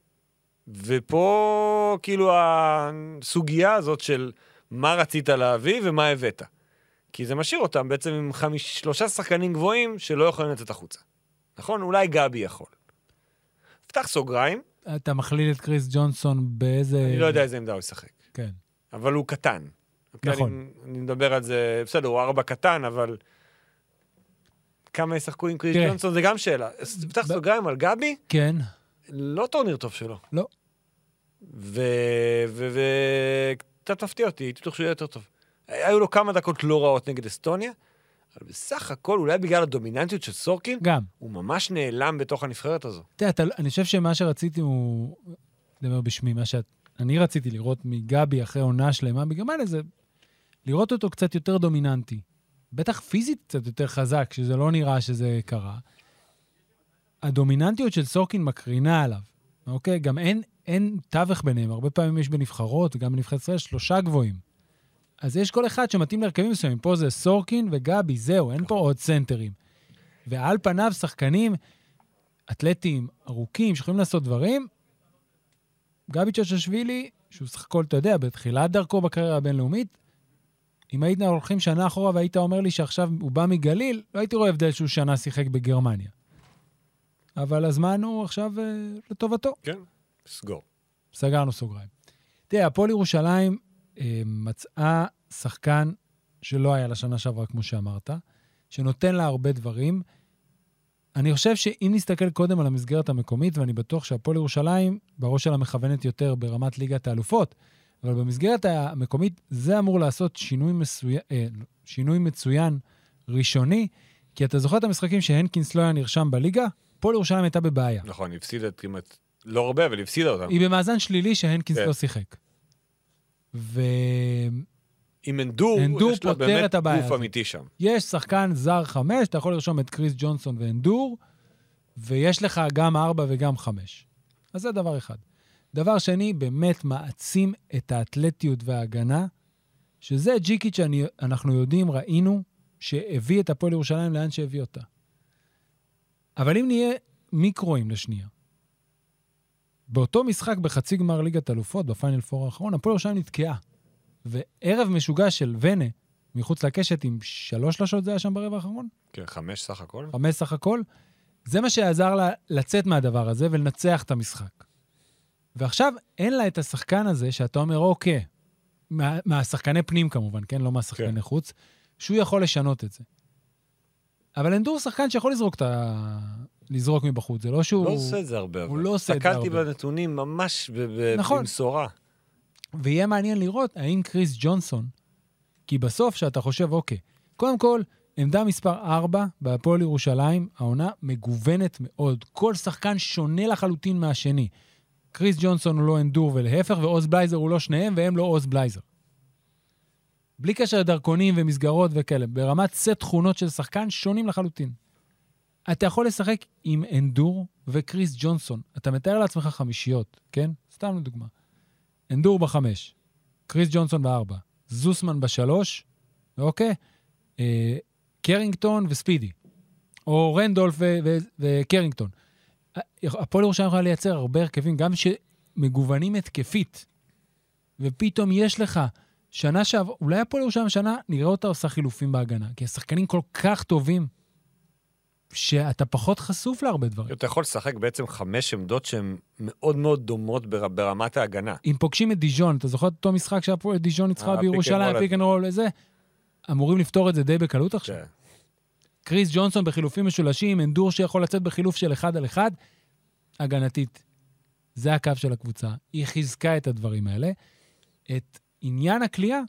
ופה כאילו הסוגיה הזאת של מה רצית להביא ומה הבאת. כי זה משאיר אותם בעצם עם חמיש, שלושה שחקנים גבוהים שלא יכולים לצאת החוצה. נכון? אולי גבי יכול. פתח סוגריים. אתה מכליל את קריס ג'ונסון באיזה... אני לא יודע איזה עמדה הוא ישחק. כן. אבל הוא קטן. נכון. אני, אני מדבר על זה, בסדר, הוא ארבע קטן, אבל כמה ישחקו עם קריס תראה. ג'ונסון, זה גם שאלה. פתח ב... סוגריים על גבי? כן. לא טורניר טוב שלו. לא. וקצת מפתיע אותי, הייתי בטוח שהוא יהיה יותר טוב. היו לו כמה דקות לא רעות נגד אסטוניה, אבל בסך הכל, אולי בגלל הדומיננטיות של סורקין, גם. הוא ממש נעלם בתוך הנבחרת הזו. תראה, אני חושב שמה שרציתי הוא, דבר בשמי, מה שאני רציתי לראות מגבי אחרי עונה שלמה בגרמניה, זה לראות אותו קצת יותר דומיננטי. בטח פיזית קצת יותר חזק, שזה לא נראה שזה קרה. הדומיננטיות של סורקין מקרינה עליו. אוקיי? גם אין, אין תווך ביניהם. הרבה פעמים יש בנבחרות, וגם בנבחרת ישראל, שלושה גבוהים. אז יש כל אחד שמתאים להרכבים מסוימים. פה זה סורקין וגבי, זהו, אין פה עוד סנטרים. ועל פניו שחקנים, אתלטים, ארוכים, שיכולים לעשות דברים. גבי צ'צ'שווילי, שהוא סך הכל, אתה יודע, בתחילת דרכו בקריירה הבינלאומית, אם היית הולכים שנה אחורה והיית אומר לי שעכשיו הוא בא מגליל, לא הייתי רואה הבדל שהוא שנה שיחק בגרמניה. אבל הזמן הוא עכשיו uh, לטובתו. כן, סגור. סגרנו סוגריים. תראה, הפועל ירושלים uh, מצאה שחקן שלא היה לשנה שעברה, כמו שאמרת, שנותן לה הרבה דברים. אני חושב שאם נסתכל קודם על המסגרת המקומית, ואני בטוח שהפועל ירושלים בראש שלה מכוונת יותר ברמת ליגת האלופות, אבל במסגרת המקומית זה אמור לעשות שינוי, מסוי... אה, שינוי מצוין ראשוני, כי אתה זוכר את המשחקים שהנקינס לא היה נרשם בליגה, הפועל ירושלים הייתה בבעיה. נכון, היא הפסידה כמעט, לא הרבה, אבל היא הפסידה אותם. היא במאזן שלילי שהנקינס לא שיחק. ו... עם אנדור, אנדור יש לה באמת גוף אמיתי שם. יש שחקן זר חמש, אתה יכול לרשום את קריס ג'ונסון ואנדור, ויש לך גם ארבע וגם חמש. אז זה דבר אחד. דבר שני, באמת מעצים את האתלטיות וההגנה, שזה ג'יקיץ' שאנחנו יודעים, ראינו, שהביא את הפועל ירושלים לאן שהביא אותה. אבל אם נהיה מיקרואים לשנייה, באותו משחק בחצי גמר ליגת אלופות, בפיינל פור האחרון, הפועל ירושלים נתקעה. וערב משוגע של ונה, מחוץ לקשת עם שלוש שלשות, זה היה שם ברבע האחרון? כן, חמש סך הכל. חמש סך הכל. זה מה שעזר לה לצאת מהדבר הזה ולנצח את המשחק. ועכשיו אין לה את השחקן הזה שאתה אומר, אוקיי, מה, מהשחקני פנים כמובן, כן? לא מהשחקני כן. חוץ, שהוא יכול לשנות את זה. אבל אנדור שחקן שיכול לזרוק, את ה... לזרוק מבחוץ, זה לא שהוא... לא עושה את זה הרבה. הוא לא עושה את זה הרבה. תקלתי בנתונים ממש ב- נכון. במסורה. ויהיה מעניין לראות האם קריס ג'ונסון, כי בסוף שאתה חושב, אוקיי, קודם כל, עמדה מספר ארבע בהפועל ירושלים, העונה מגוונת מאוד. כל שחקן שונה לחלוטין מהשני. קריס ג'ונסון הוא לא אנדור ולהפך, ואוז בלייזר הוא לא שניהם, והם לא אוז בלייזר. בלי קשר לדרכונים ומסגרות וכאלה, ברמת סט תכונות של שחקן שונים לחלוטין. אתה יכול לשחק עם אנדור וקריס ג'ונסון. אתה מתאר לעצמך חמישיות, כן? סתם לדוגמה. אנדור בחמש, קריס ג'ונסון בארבע, זוסמן בשלוש, אוקיי? אה, קרינגטון וספידי. או רנדולף ו- ו- וקרינגטון. הפועל ירושלים יכולה לייצר הרבה הרכבים, גם שמגוונים התקפית. ופתאום יש לך שנה שעבר, אולי הפועל ירושלים שנה נראה אותה עושה חילופים בהגנה, כי השחקנים כל כך טובים, שאתה פחות חשוף להרבה דברים. אתה יכול לשחק בעצם חמש עמדות שהן מאוד מאוד דומות בר, ברמת ההגנה. אם פוגשים את דיז'ון, אתה זוכר את אותו משחק שהפועל דיז'ון ניצחה בירושלים, פיק אנד רול וזה, אמורים לפתור את זה די בקלות עכשיו. כן. קריס ג'ונסון בחילופים משולשים, אנדור שיכול לצאת בחילוף של אחד על אחד, הגנתית. זה הקו של הקבוצה. היא חיזקה את הדברים האלה. את עניין הקליעה,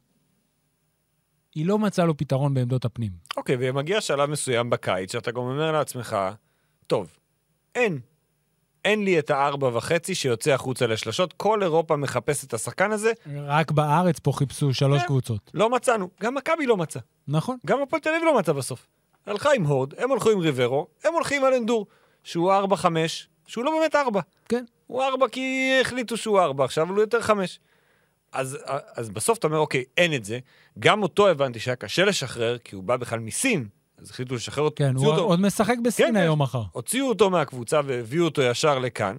היא לא מצאה לו פתרון בעמדות הפנים. אוקיי, ומגיע שלב מסוים בקיץ, שאתה גם אומר לעצמך, טוב, אין. אין לי את הארבע וחצי שיוצא החוצה לשלשות. כל אירופה מחפש את השחקן הזה. רק בארץ פה חיפשו שלוש קבוצות. לא מצאנו. גם מכבי לא מצא. נכון. גם הפועל תל אביב לא מצא בסוף. הלכה עם הורד, הם הולכו עם ריברו, הם הולכים על אנדור, שהוא ארבע חמש, שהוא לא באמת ארבע. כן. הוא ארבע כי החליטו שהוא ארבע, עכשיו הוא יותר חמש. אז, אז בסוף אתה אומר, אוקיי, אין את זה. גם אותו הבנתי שהיה קשה לשחרר, כי הוא בא בכלל מסין, אז החליטו לשחרר אותו. כן, הוא אותו. עוד משחק בסין כן, היום מחר. הוציאו אותו מהקבוצה והביאו אותו ישר לכאן.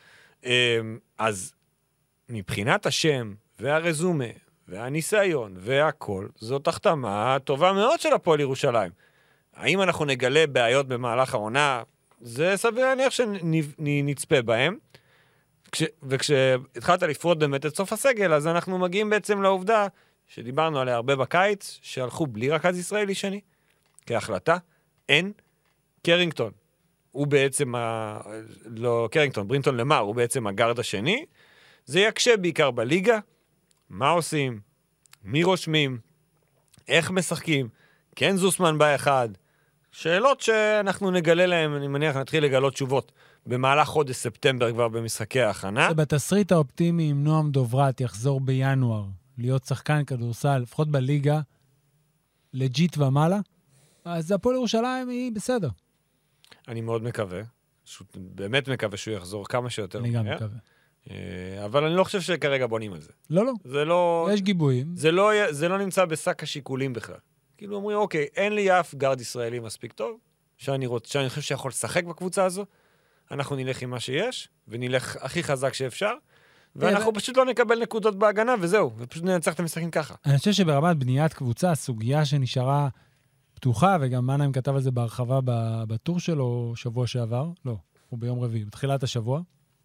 אז מבחינת השם והרזומה והניסיון והכל, זאת החתמה טובה מאוד של הפועל ירושלים. האם אנחנו נגלה בעיות במהלך העונה? זה סביר להניח שנצפה בהם. כש, וכשהתחלת לפרוט באמת את סוף הסגל, אז אנחנו מגיעים בעצם לעובדה שדיברנו עליה הרבה בקיץ, שהלכו בלי רכז ישראלי שני, כהחלטה, אין קרינגטון. הוא בעצם, ה... לא קרינגטון, ברינטון למר, הוא בעצם הגארד השני, זה יקשה בעיקר בליגה, מה עושים, מי רושמים, איך משחקים, כן זוסמן באחד, שאלות שאנחנו נגלה להם, אני מניח נתחיל לגלות תשובות, במהלך חודש ספטמבר כבר במשחקי ההכנה. בתסריט האופטימי, אם נועם דוברת יחזור בינואר להיות שחקן כדורסל, לפחות בליגה, לג'יט ומעלה, אז הפועל ירושלים היא בסדר. אני מאוד מקווה, באמת מקווה שהוא יחזור כמה שיותר. אני גם מקווה. אבל אני לא חושב שכרגע בונים על זה. לא, לא. זה לא... יש גיבויים. זה לא, זה לא נמצא בשק השיקולים בכלל. כאילו אומרים, אוקיי, אין לי אף גארד ישראלי מספיק טוב, שאני, רוצ... שאני חושב שיכול לשחק בקבוצה הזו, אנחנו נלך עם מה שיש, ונלך הכי חזק שאפשר, ואנחנו פשוט לא נקבל נקודות בהגנה, וזהו, ופשוט ננצח את המשחקים ככה. אני חושב שברמת בניית קבוצה, הסוגיה שנשארה פתוחה, וגם מנהיים כתב על זה בהרחבה בטור שלו שבוע שעבר, לא, הוא ביום רביעי, בתחילת השבוע,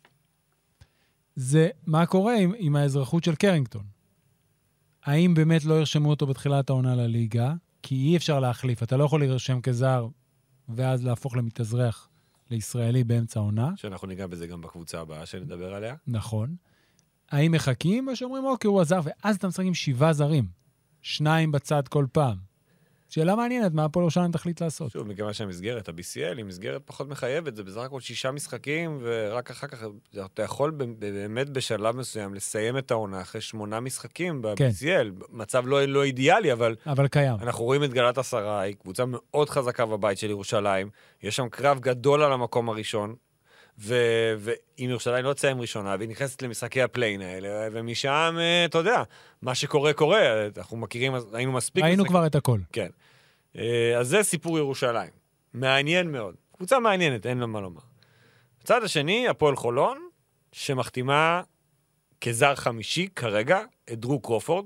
זה מה קורה עם, עם האזרחות של קרינגטון. האם באמת לא ירשמו אותו בתחילת העונה לליגה, כי אי אפשר להחליף, אתה לא יכול להירשם כזר, ואז להפוך למתאזרח לישראלי באמצע העונה. שאנחנו ניגע בזה גם בקבוצה הבאה שנדבר עליה. נכון. האם מחכים, או שאומרים, אוקיי, הוא עזר, ואז אתה משחק עם שבעה זרים, שניים בצד כל פעם. שאלה מעניינת, מה הפועל ירושלים תחליט לעשות? שוב, מכיוון שהמסגרת, ה-בי סי אל, היא מסגרת פחות מחייבת, זה בסך הכל שישה משחקים, ורק אחר כך אתה יכול באמת בשלב מסוים לסיים את העונה אחרי שמונה משחקים ב-בי סי אל. מצב לא, לא אידיאלי, אבל... אבל קיים. אנחנו רואים את גלת עשרה, קבוצה מאוד חזקה בבית של ירושלים, יש שם קרב גדול על המקום הראשון, ו- ואם ירושלים לא תסיים ראשונה, והיא נכנסת למשחקי הפליין האלה, ומשם, אתה יודע, מה שקורה קורה, אנחנו מכירים, היינו מספיק... היינו משחק... כבר את הכל. כן. אז זה סיפור ירושלים. מעניין מאוד. קבוצה מעניינת, אין לו מה לומר. בצד השני, הפועל חולון, שמחתימה כזר חמישי כרגע, את דרו קרופורד,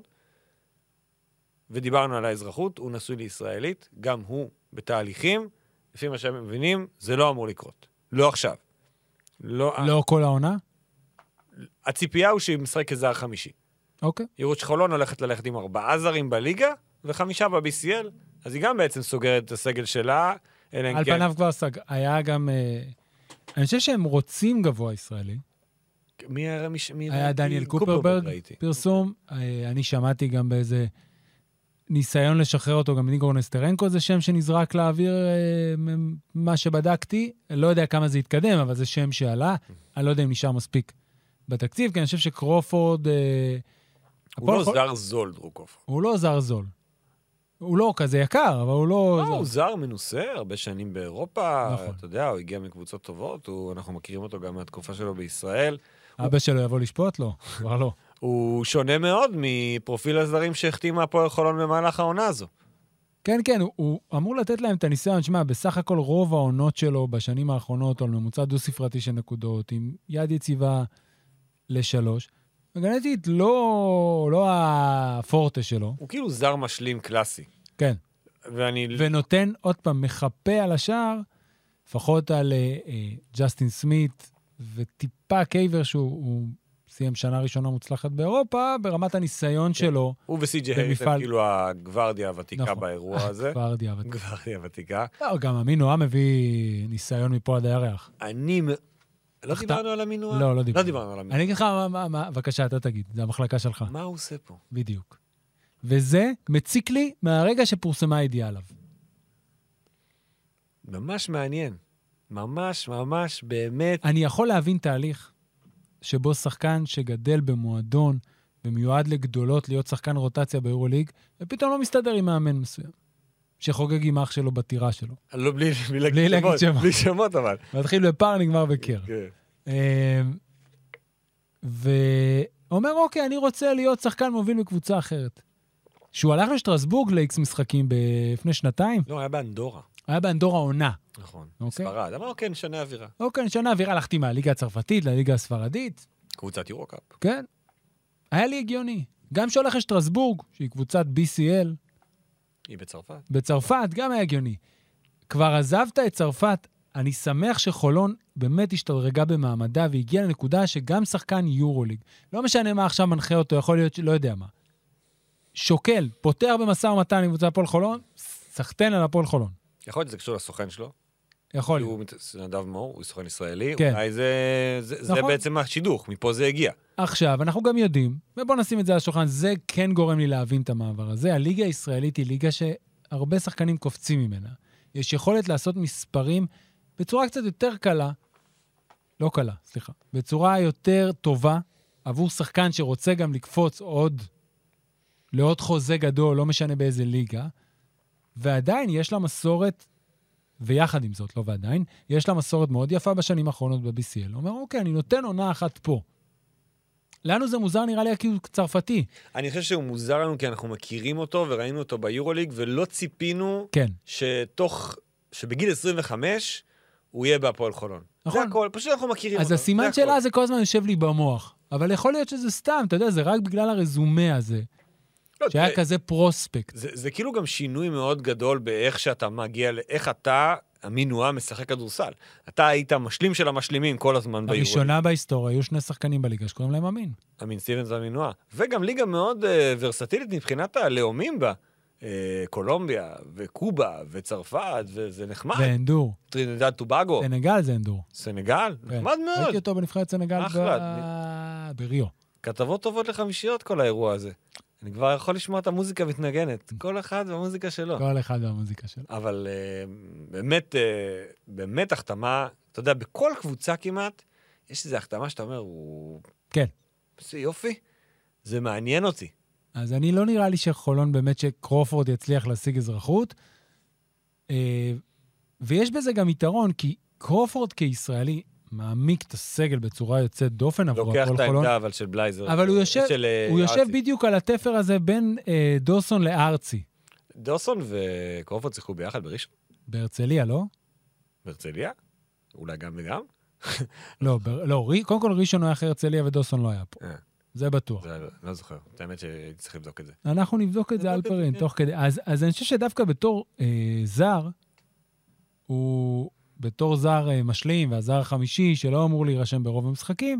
ודיברנו על האזרחות, הוא נשוי לישראלית, גם הוא בתהליכים, לפי מה שהם מבינים, זה לא אמור לקרות. לא עכשיו. לא, לא כל העונה? הציפייה הוא שהיא משחק כזר חמישי. אוקיי. ירוץ חולון הולכת ללכת עם ארבעה זרים בליגה, וחמישה ב-בי סי אל, אז היא גם בעצם סוגרת את הסגל שלה. על פניו כבר סג... היה גם... אני חושב שהם רוצים גבוה ישראלי. מי היה מי... היה דניאל קופרברג, פרסום. אני שמעתי גם באיזה ניסיון לשחרר אותו, גם ניגור נסטרנקו, זה שם שנזרק לאוויר מה שבדקתי. לא יודע כמה זה יתקדם, אבל זה שם שעלה. אני לא יודע אם נשאר מספיק בתקציב, כי אני חושב שקרופורד... הוא לא זר זול, דרוקוף. הוא לא זר זול. הוא לא כזה יקר, אבל הוא לא... לא, הוא זר מנוסה, הרבה שנים באירופה, אתה יודע, הוא הגיע מקבוצות טובות, אנחנו מכירים אותו גם מהתקופה שלו בישראל. אבא שלו יבוא לשפוט? לא, כבר לא. הוא שונה מאוד מפרופיל הזרים שהחתים מהפועל חולון במהלך העונה הזו. כן, כן, הוא אמור לתת להם את הניסיון, שמע, בסך הכל רוב העונות שלו בשנים האחרונות, על ממוצע דו-ספרתי של נקודות, עם יד יציבה לשלוש, הגנטית לא, לא הפורטה שלו. הוא כאילו זר משלים קלאסי. כן. ואני... ונותן עוד פעם, מחפה על השאר, לפחות על uh, uh, ג'סטין סמית, וטיפה קייבר שהוא סיים שנה ראשונה מוצלחת באירופה, ברמת הניסיון כן. שלו. הוא וסי.ג'י הריס הם כאילו הגוורדיה הוותיקה נכון. באירוע הזה. גוורדיה הוותיקה. גוורדיה הוותיקה. לא, גם המינואה מביא ניסיון מפה עד הירח. אני... לא דיברנו על המינוע? לא, לא דיברנו. לא דיברנו על המינוע. אני אגיד לך, מה, מה, מה, בבקשה, אתה תגיד, זה המחלקה שלך. מה הוא עושה פה? בדיוק. וזה מציק לי מהרגע שפורסמה הידיעה עליו. ממש מעניין. ממש, ממש, באמת. אני יכול להבין תהליך שבו שחקן שגדל במועדון ומיועד לגדולות להיות שחקן רוטציה ביורוליג, ופתאום לא מסתדר עם מאמן מסוים. שחוגג עם אח שלו בטירה שלו. לא, בלי, בלי, בלי להגיד שמות. בלי שמות, אבל. מתחיל בפער, נגמר בקר. כן. ואומר, אוקיי, אני רוצה להיות שחקן מוביל בקבוצה אחרת. שהוא הלך לשטרסבורג לאיקס משחקים לפני שנתיים. לא, היה באנדורה. היה באנדורה עונה. נכון. אוקיי. ספרד. אמר, אוקיי, נשנה אווירה. אוקיי, נשנה אווירה. הלכתי מהליגה הצרפתית לליגה הספרדית. קבוצת יורוקאפ. כן. היה לי הגיוני. גם שהולך לשטרסבורג, שהיא קבוצת בי סי אל, היא בצרפת. בצרפת גם היה הגיוני. כבר עזבת את צרפת, אני שמח שחולון באמת השתדרגה במעמדה, והגיע לנקודה שגם שחקן יורוליג, לא משנה מה עכשיו מנחה אותו, יכול להיות שלא יודע מה. שוקל, פותח במשא ומתן עם קבוצת הפועל חולון, סחטן על הפועל חולון. יכול להיות שזה קשור לסוכן שלו? יכול הוא להיות. מת- נדב מור, הוא סוכן ישראלי, כן. אולי זה, זה, זה נכון. בעצם השידוך, מפה זה הגיע. עכשיו, אנחנו גם יודעים, ובואו נשים את זה על השולחן, זה כן גורם לי להבין את המעבר הזה. הליגה הישראלית היא ליגה שהרבה שחקנים קופצים ממנה. יש יכולת לעשות מספרים בצורה קצת יותר קלה, לא קלה, סליחה, בצורה יותר טובה, עבור שחקן שרוצה גם לקפוץ עוד, לעוד חוזה גדול, לא משנה באיזה ליגה, ועדיין יש לה מסורת, ויחד עם זאת, לא ועדיין, יש לה מסורת מאוד יפה בשנים האחרונות ב-בי סי אל. הוא אומר, אוקיי, אני נותן עונה אחת פה. לנו זה מוזר, נראה לי, כי הוא צרפתי. אני חושב שהוא מוזר לנו כי אנחנו מכירים אותו וראינו אותו ביורוליג, ולא ציפינו כן. שתוך, שבגיל עשרים וחמש הוא יהיה בהפועל חולון. נכון. זה הכל, פשוט אנחנו מכירים אז אותו. הסימן זה הכל. שלה זה כל הזמן יושב לי במוח. אבל יכול להיות שזה סתם, אתה יודע, זה רק בגלל הרזומה הזה, לא, שהיה תראה, כזה פרוספקט. זה, זה כאילו גם שינוי מאוד גדול באיך שאתה מגיע, איך אתה, המינועה, משחק כדורסל. אתה היית משלים של המשלימים כל הזמן ביורוליג. הראשונה בהיסטוריה, היו שני שחקנים בליגה שקוראים להם אמין. אמין סטיבנס והמינועה. וגם ליגה מאוד uh, ורסטילית מבחינת הלאומים בה. Uh, קולומביה וקובה וצרפת, וזה נחמד. ואנדור. טרינדד טובגו. סנגל זה אנדור. סנגל, כן. נחמד מאוד. ראיתי אותו בנבחרת סנגל אחלה. ב- בריו. כתבות טובות לחמישיות כל האירוע הזה. אני כבר יכול לשמוע את המוזיקה מתנגנת. כל אחד והמוזיקה שלו. כל אחד והמוזיקה שלו. אבל uh, באמת, uh, באמת החתמה, אתה יודע, בכל קבוצה כמעט, יש איזו החתמה שאתה אומר, הוא... כן. זה יופי, זה מעניין אותי. אז אני לא נראה לי שחולון באמת שקרופורד יצליח להשיג אזרחות. אה, ויש בזה גם יתרון, כי קרופורד כישראלי מעמיק את הסגל בצורה יוצאת דופן עבור לוקח הפועל את חולון. העמדה, אבל של בלייזר. אבל הוא יושב, של, אה, הוא יושב ארצי. בדיוק על התפר הזה בין אה, דוסון לארצי. דוסון וקרופורד שיחקו ביחד בראשון? בהרצליה, לא? בהרצליה? אולי גם וגם? לא, ב... לא, ר... קודם כל ראשון הוא היה אחרי הרצליה ודוסון לא היה פה. אה. זה בטוח. זה לא זוכר. האמת שהייתי צריך לבדוק את זה. אנחנו נבדוק את זה על נבדוק את פרין, זה, תוך כדי. אז, אז אני חושב שדווקא בתור אה, זר, הוא בתור זר אה, משלים, והזר החמישי, שלא אמור להירשם ברוב המשחקים,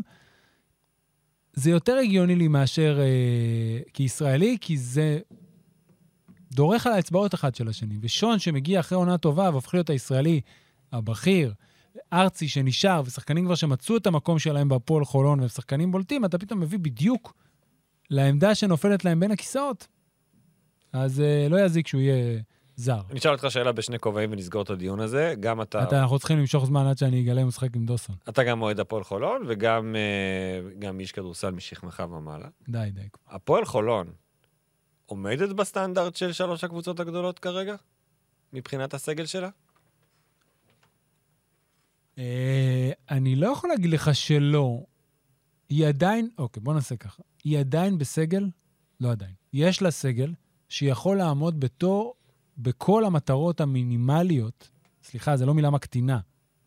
זה יותר הגיוני לי מאשר אה, כישראלי, כי זה דורך על האצבעות אחד של השני. ושון שמגיע אחרי עונה טובה, והופך להיות הישראלי הבכיר, ארצי שנשאר, ושחקנים כבר שמצאו את המקום שלהם בהפועל חולון, ושחקנים בולטים, אתה פתאום מביא בדיוק לעמדה שנופלת להם בין הכיסאות. אז uh, לא יזיק שהוא יהיה זר. אני אשאל אותך שאלה בשני כובעים ונסגור את הדיון הזה. גם אתה... אתה, אנחנו צריכים למשוך זמן עד שאני אגלה משחק עם דוסון. אתה גם מועד הפועל חולון, וגם uh, גם איש כדורסל משכמך ומעלה. די, די. הפועל חולון עומדת בסטנדרט של שלוש הקבוצות הגדולות כרגע? מבחינת הסגל שלה? Uh, אני לא יכול להגיד לך שלא. היא עדיין, אוקיי, בוא נעשה ככה. היא עדיין בסגל? לא עדיין. יש לה סגל שיכול לעמוד בתור, בכל המטרות המינימליות, סליחה, זה לא מילה מקטינה,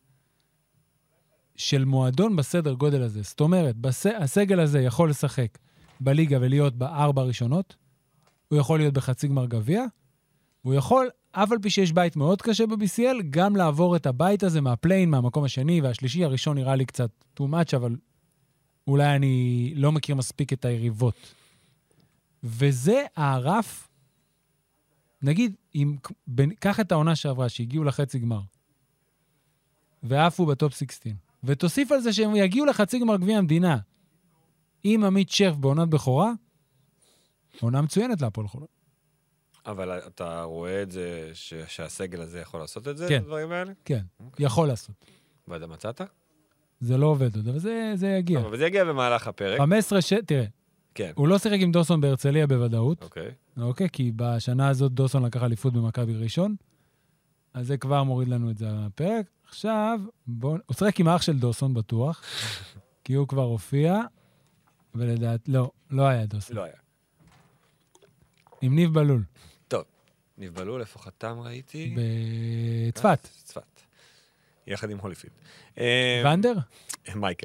של מועדון בסדר גודל הזה. זאת אומרת, בס... הסגל הזה יכול לשחק בליגה ולהיות בארבע הראשונות, הוא יכול להיות בחצי גמר גביע, הוא יכול, אף על פי שיש בית מאוד קשה ב-בי סי אל, גם לעבור את הבית הזה מהפליין, מהמקום השני, והשלישי, הראשון נראה לי קצת too much, אבל אולי אני לא מכיר מספיק את היריבות. וזה הרף, נגיד, אם, קח את העונה שעברה, שהגיעו לחצי גמר, ועפו בטופ שש עשרה, ותוסיף על זה שהם יגיעו לחצי גמר גביע המדינה, עם עמית שרף בעונת בכורה, עונה מצוינת להפועל חולון. אבל אתה רואה את זה, ש... שהסגל הזה יכול לעשות את זה? כן. הדברים האלה? כן, אוקיי. יכול לעשות. ואתה מצאת? זה לא עובד עוד, אבל זה, זה יגיע. אבל זה יגיע במהלך הפרק. חמש עשרה ש... תראה, כן. הוא לא שיחק עם דוסון בהרצליה בוודאות, אוקיי. אוקיי? כי בשנה הזאת דוסון לקח אליפות במכבי ראשון, אז זה כבר מוריד לנו את זה בפרק. עכשיו, בוא... הוא שיחק עם האח של דוסון בטוח, כי הוא כבר הופיע, ולדעת, לא, לא היה דוסון. לא היה. עם ניב בלול. טוב. נבלו לפחות חתם ראיתי. בצפת. צפת. יחד עם הוליפילד. ונדר? מייקל.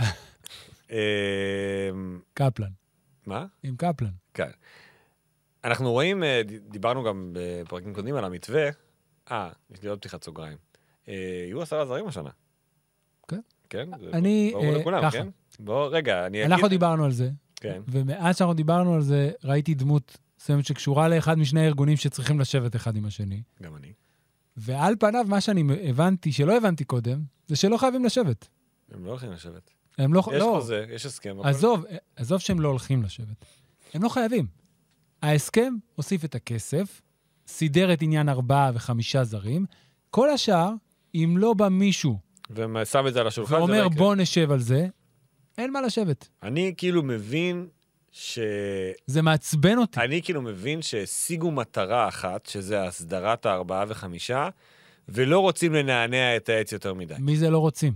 קפלן. מה? עם קפלן. כן. אנחנו רואים, דיברנו גם בפרקים קודמים על המתווה, אה, יש לי עוד פתיחת סוגריים. יהיו עשרה זרים השנה. כן. כן? אני, ברור לכולם, ככה. כן? בוא, רגע, אני אגיד... אנחנו דיברנו על זה, כן. ומאז שאנחנו דיברנו על זה, ראיתי דמות מסוימת שקשורה לאחד משני הארגונים שצריכים לשבת אחד עם השני. גם אני. ועל פניו, מה שאני הבנתי, שלא הבנתי קודם, זה שלא חייבים לשבת. הם לא הולכים לשבת. הם לא... יש לא. חוזה, יש הסכם. עזוב, עזוב שהם לא הולכים לשבת. הם לא חייבים. ההסכם הוסיף את הכסף, סידר את עניין ארבעה וחמישה זרים, כל השאר, אם לא בא מישהו... ושם את זה על השולחן, ואומר, בוא נשב על זה, אין מה לשבת. אני כאילו מבין ש... זה מעצבן אותי. אני כאילו מבין שהשיגו מטרה אחת, שזה הסדרת הארבעה וחמישה, ולא רוצים לנענע את העץ יותר מדי. מי זה לא רוצים?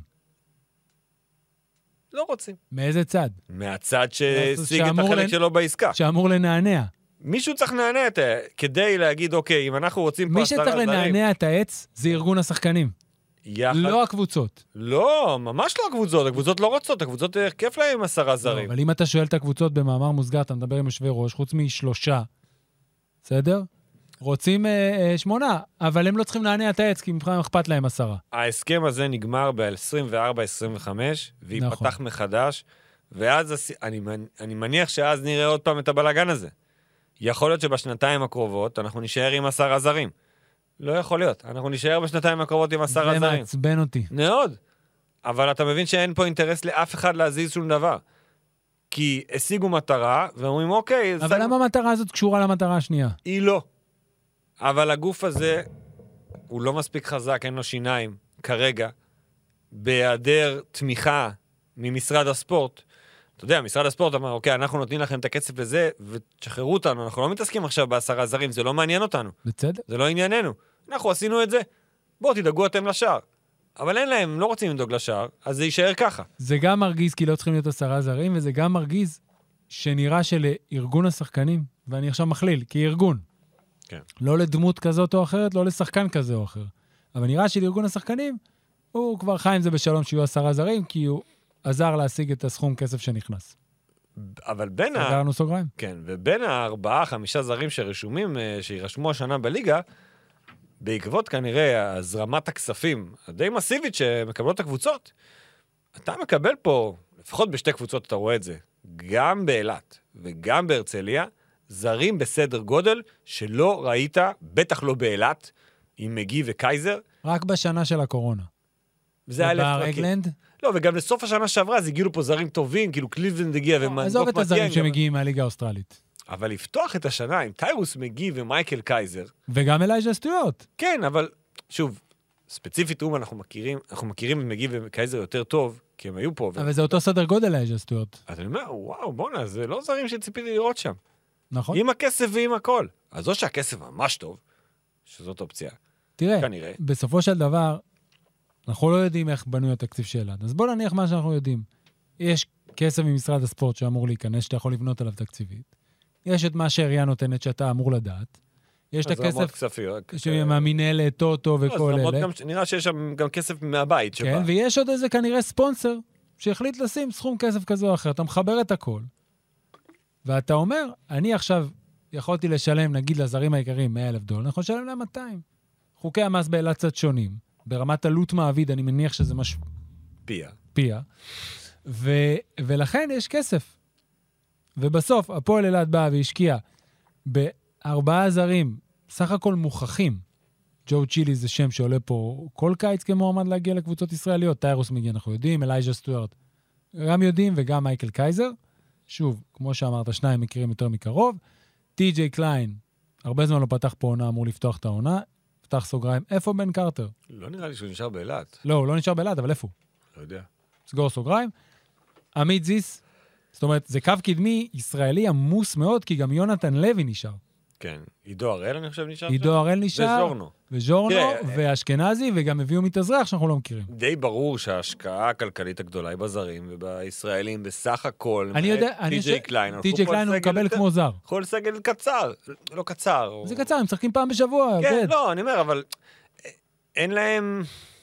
לא רוצים. מאיזה צד? מהצד שהשיג את החלק לנ... שלו בעסקה. שאמור לנענע. מישהו צריך לנענע את העץ, כדי להגיד, אוקיי, אם אנחנו רוצים פה מי עשרה שצריך זרים... לנענע את העץ זה ארגון השחקנים. יחד... לא הקבוצות. לא, ממש לא הקבוצות. הקבוצות לא רוצות, הקבוצות כיף להם עם עשרה זרים. לא, אבל אם אתה שואל את הקבוצות במאמר מוסגר, אתה מדבר עם יושבי ראש, חוץ משלושה, בסדר? רוצים אה, אה, שמונה, אבל הם לא צריכים להניע את העץ, כי מבחינת אכפת להם עשרה. ההסכם הזה נגמר ב-עשרים וארבע עשרים וחמש, וייפתח נכון. מחדש, ואז אני, אני מניח שאז נראה עוד פעם את הבלגן הזה. יכול להיות שבשנתיים הקרובות אנחנו נשאר עם עשרה זרים. לא יכול להיות. אנחנו נשאר בשנתיים הקרובות עם עשרה זרים. זה מעצבן אותי. מאוד. אבל אתה מבין שאין פה אינטרס לאף אחד להזיז שום דבר. כי השיגו מטרה, ואומרים, אוקיי... אבל למה המטרה הזאת קשורה למטרה השנייה? היא לא. אבל הגוף הזה, הוא לא מספיק חזק, אין לו שיניים, כרגע, בהיעדר תמיכה ממשרד הספורט. אתה יודע, משרד הספורט אמר, אוקיי, אנחנו נותנים לכם את הכסף לזה, ותשחררו אותנו, אנחנו לא מתעסקים עכשיו בעשרה זרים, זה לא מעניין אותנו. בצדק. זה לא ענייננו. אנחנו עשינו את זה. בואו, תדאגו אתם לשער. אבל אין להם, לא רוצים לדאוג לשער, אז זה יישאר ככה. זה גם מרגיז כי לא צריכים להיות עשרה זרים, וזה גם מרגיז שנראה שלארגון השחקנים, ואני עכשיו מכליל, כי ארגון. כן. לא לדמות כזאת או אחרת, לא לשחקן כזה או אחר. אבל נראה שלארגון השחקנים, הוא כבר חי עם זה בשלום שיהיו עשרה זרים, כי הוא עזר להשיג את הסכום כסף שנכנס. אבל בין ה... סגרנו סוגריים. כן, ובין הארבעה, חמישה זרים שרשומים, שירשמו השנה בליגה, בעקבות כנראה הזרמת הכספים הדי מסיבית שמקבלות הקבוצות, אתה מקבל פה, לפחות בשתי קבוצות אתה רואה את זה, גם באילת וגם בהרצליה, זרים בסדר גודל שלא ראית, בטח לא באילת, עם מגי וקייזר. רק בשנה של הקורונה. וזה היה לבר אגלנד? לא, וגם לסוף השנה שעברה, אז הגיעו פה זרים טובים, כאילו קליבלנד הגיע ומנדוק מגיע. עזוב את הזרים שמגיעים מהליגה האוסטרלית. אבל לפתוח את השנה עם טיירוס מגי ומייקל קייזר. וגם אלייג'ה סטיוארט. כן, אבל שוב, ספציפית אום אנחנו מכירים, אנחנו מכירים את מגי וקייזר יותר טוב, כי הם היו פה. אבל ו... זה אותו סדר גודל אלייג'ה סטיוארט. אז אני אומר, וואו, בונה, זה לא זרים שציפיתי לראות שם. נכון. עם הכסף ועם הכל. אז או שהכסף ממש טוב, שזאת אופציה. תראה, כנראה. בסופו של דבר, אנחנו לא יודעים איך בנוי התקציב שלנו. אז בוא נניח מה שאנחנו יודעים. יש כסף ממשרד הספורט שאמור להיכנס, שאתה יכול לבנות עליו תקציבית. יש את מה שהעירייה נותנת שאתה אמור לדעת. יש את הכסף מהמינהלת, טוטו וכל אלה. נראה שיש שם גם כסף מהבית. כן, ויש עוד איזה כנראה ספונסר שהחליט לשים סכום כסף כזה או אחר. אתה מחבר את הכל. ואתה אומר, אני עכשיו יכולתי לשלם, נגיד לזרים העיקריים, מאה אלף דולר, אני יכול לשלם להם מאתיים. חוקי המס באילת קצת שונים. ברמת עלות מעביד, אני מניח שזה משהו... פיה. פיה. ו... ולכן יש כסף. ובסוף, הפועל אילת באה והשקיע בארבעה זרים, סך הכל מוכחים. ג'ו צ'ילי זה שם שעולה פה כל קיץ כמועמד להגיע לקבוצות ישראליות. טיירוס מגיע, אנחנו יודעים, אלייג'ה סטיוארט. גם יודעים, וגם מייקל קייזר. שוב, כמו שאמרת, שניים מכירים יותר מקרוב. טי.ג'יי קליין, הרבה זמן לא פתח פה עונה, אמור לפתוח את העונה. פתח סוגריים. איפה בן קרטר? לא נראה לי שהוא נשאר באילת. לא, הוא לא נשאר באילת, אבל איפה? לא יודע. סגור סוגריים. עמית זיס, זאת אומרת, זה קו קדמי ישראלי עמוס מאוד, כי גם יונתן לוי נשאר. כן. עידו הראל, אני חושב, נשאר. עידו הראל נשאר. וז'ורנו. וז'ורנו, ואשכנזי, וגם הביאו מתאזרח שאנחנו לא מכירים. די ברור שההשקעה הכלכלית הגדולה היא בזרים ובישראלים בסך הכל. אני יודע, טי.ג'יי קליין. טי.ג'יי קליין הוא מקבל כמו זר. כל סגל קצר. לא קצר. זה קצר, הם משחקים פעם בשבוע. כן, לא, אני אומר, אבל אין להם...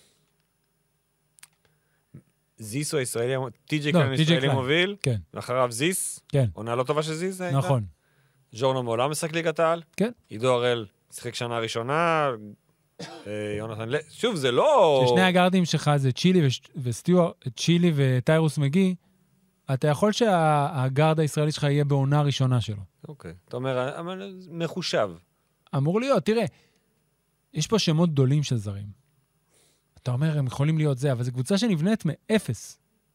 זיס הוא הישראלי, טי.ג'יי קליין ישראלי מוביל, ואחריו זיס, עונה לא טובה של זיס. נכון. ז'ורנו מעולם משחק ליגת העל. כן. עידו הראל שיחק שנה ראשונה, יונתן לוי, שוב, זה לא... ששני הגארדים שלך זה צ'ילי וסטיוארט, צ'ילי וטיירוס מגי, אתה יכול שהגארד הישראלי שלך יהיה בעונה ראשונה שלו. אוקיי. אתה אומר, מחושב. אמור להיות, תראה, יש פה שמות גדולים של זרים. אתה אומר, הם יכולים להיות זה, אבל זו קבוצה שנבנית מאפס.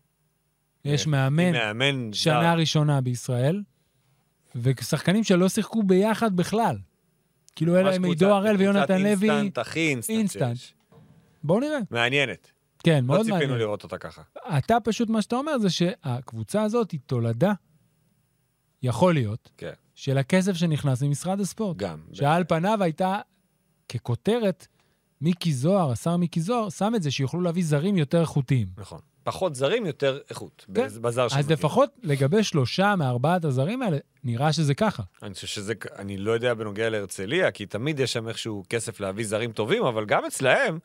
יש מאמן, מאמן שנה ראשונה בישראל, ושחקנים שלא שיחקו ביחד בכלל. כאילו אלה עם עידו הראל ויונתן לוי. אינסטנט, הכי אינסטנט. אינסטנט. בואו נראה. מעניינת. כן, מאוד לא מעניין. ציפינו לראות אותה ככה. אתה פשוט, מה שאתה אומר זה שהקבוצה הזאת היא תולדה, יכול להיות, כן. של הכסף שנכנס ממשרד הספורט. גם. שעל פניו הייתה ככותרת, מיקי זוהר, השר מיקי זוהר, שם את זה שיוכלו להביא זרים יותר איכותיים. נכון. פחות זרים, יותר איכות. כן. בזר אז לפחות לגבי שלושה מארבעת הזרים האלה, נראה שזה ככה. אני חושב שזה, אני לא יודע בנוגע להרצליה, כי תמיד יש שם איכשהו כסף להביא זרים טובים, אבל גם אצלהם,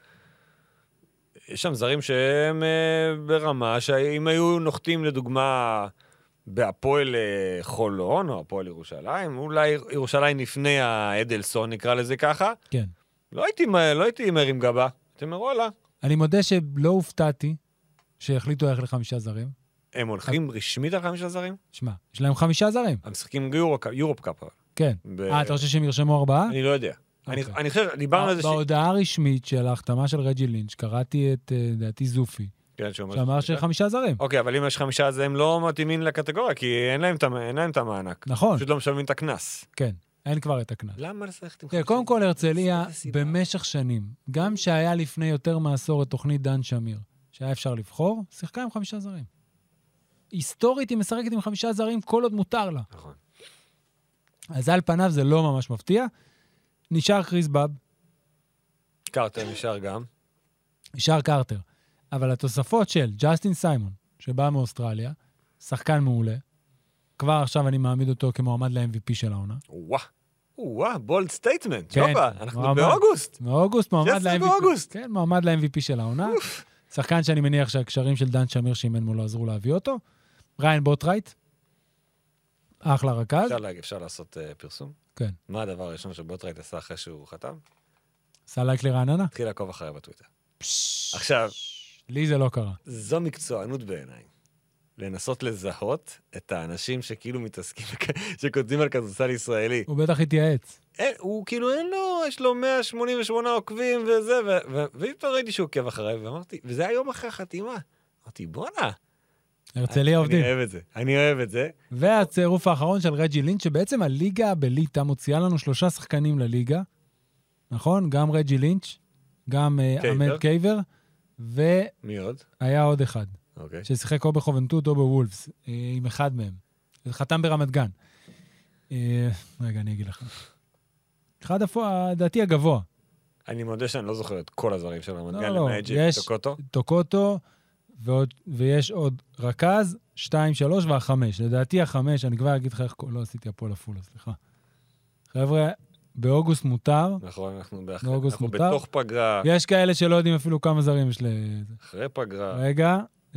יש שם זרים שהם אה, ברמה, שאם היו נוחתים לדוגמה בהפועל אה, חולון, או הפועל ירושלים, אולי ירושלים לפני האדלסון, נקרא לזה ככה, כן. לא הייתי, לא הייתי מרים גבה. אתם אומר, וואלה. אני מודה שלא הופתעתי שהחליטו ללכת לחמישה זרים. הם הולכים רשמית על חמישה זרים? שמע, יש להם חמישה זרים. הם משחקים יורופ קאפ. כן. אה, אתה חושב שהם ירשמו ארבעה? אני לא יודע. אני חושב, דיברנו על זה ש... בהודעה הרשמית של ההחתמה של רג'י לינץ', קראתי את, דעתי זופי, שאמר שחמישה זרים. אוקיי, אבל אם יש חמישה, אז הם לא מתאימים לקטגוריה, כי אין להם את המענק. נכון. פשוט לא משלמים את הכנס. כן, אין כבר את הכנס. למה לסייכת עם חמישה? קודם כל, הרצליה, במשך שנים, גם שהיה לפני יותר מעשור את תוכנית דן שמיר, שהיה אפשר לבחור, שיחקה עם חמישה זרים. היסטורית היא משחקת עם חמישה זרים, כל עוד מותר לה. נכון. אז על פניו זה לא ממש מפתיע. נשאר קריס בב. קרטר נשאר גם. נשאר קרטר. אבל התוספות של ג'סטין סיימון, שבא מאוסטרליה, שחקן מעולה, כבר עכשיו אני מעמיד אותו כמועמד ל-אם וי פי של העונה. וואה, וואה, בולד סטייטמנט. כן, שופה, אנחנו מועמד, באוגוסט. באוגוסט, מועמד ל-אם וי פי. באוגוסט. כן, מועמד ל-אם וי פי של העונה. אוף. שחקן שאני מניח שהקשרים של דן שמיר שאימן מולו עזרו להביא אותו. ריין בוטרייט. אחלה רכז. אפשר להגיד, אפשר לעשות uh, פרסום? כן. מה הדבר הראשון שבוטרייט עשה אחרי שהוא חתם? עשה לייק לרעננה? התחיל לעקוב אחריה בטוויטר. עכשיו... לי זה לא קרה. זו מקצוענות בעיניי. לנסות לזהות את האנשים שכאילו מתעסקים, שכותבים על כדורסל ישראלי. הוא בטח התייעץ. הוא כאילו אין לו, יש לו מאה שמונים ושמונה עוקבים וזה, ופתאום ראיתי שהוא עוקב אחריי, ואמרתי, וזה היום אחרי החתימה. אמרתי, בואנה. הרצליה עובדים. אני אוהב את זה, אני אוהב את זה. והצירוף האחרון של רג'י לינץ', שבעצם הליגה בליטה מוציאה לנו שלושה שחקנים לליגה, נכון? גם רג'י לינץ', גם עמד קייבר, ו... מי עוד? היה עוד אחד. אוקיי. ששיחק או בחובנטות או בוולפס, עם אחד מהם. חתם ברמת גן. רגע, אני אגיד לך. אחד הדעתי הגבוה. אני מודה שאני לא זוכר את כל הזרים של רמת גן, לא, למעט טוקוטו. טוקוטו, ויש עוד רכז, שתיים, שלוש והחמש. לדעתי החמש, אני כבר אגיד לך איך, לא עשיתי הפועל עפולה, סליחה. חבר'ה, באוגוסט מותר. נכון, אנחנו באוגוסט מותר. בתוך פגרה. יש כאלה שלא יודעים אפילו כמה זרים יש ל... אחרי פגרה. רגע,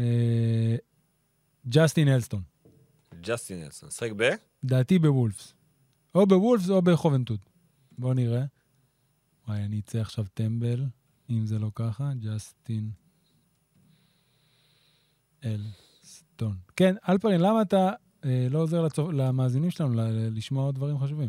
ג'סטין אלסטון. ג'סטין אלסטון, שחק ב? דעתי בוולפס. או בוולפס או בחובנטות. בואו נראה. וואי, אני אצא עכשיו טמבל, אם זה לא ככה. ג'סטין אלסטון. כן, אלפרין, למה אתה אה, לא עוזר לצופ... למאזינים שלנו ל- לשמוע עוד דברים חשובים?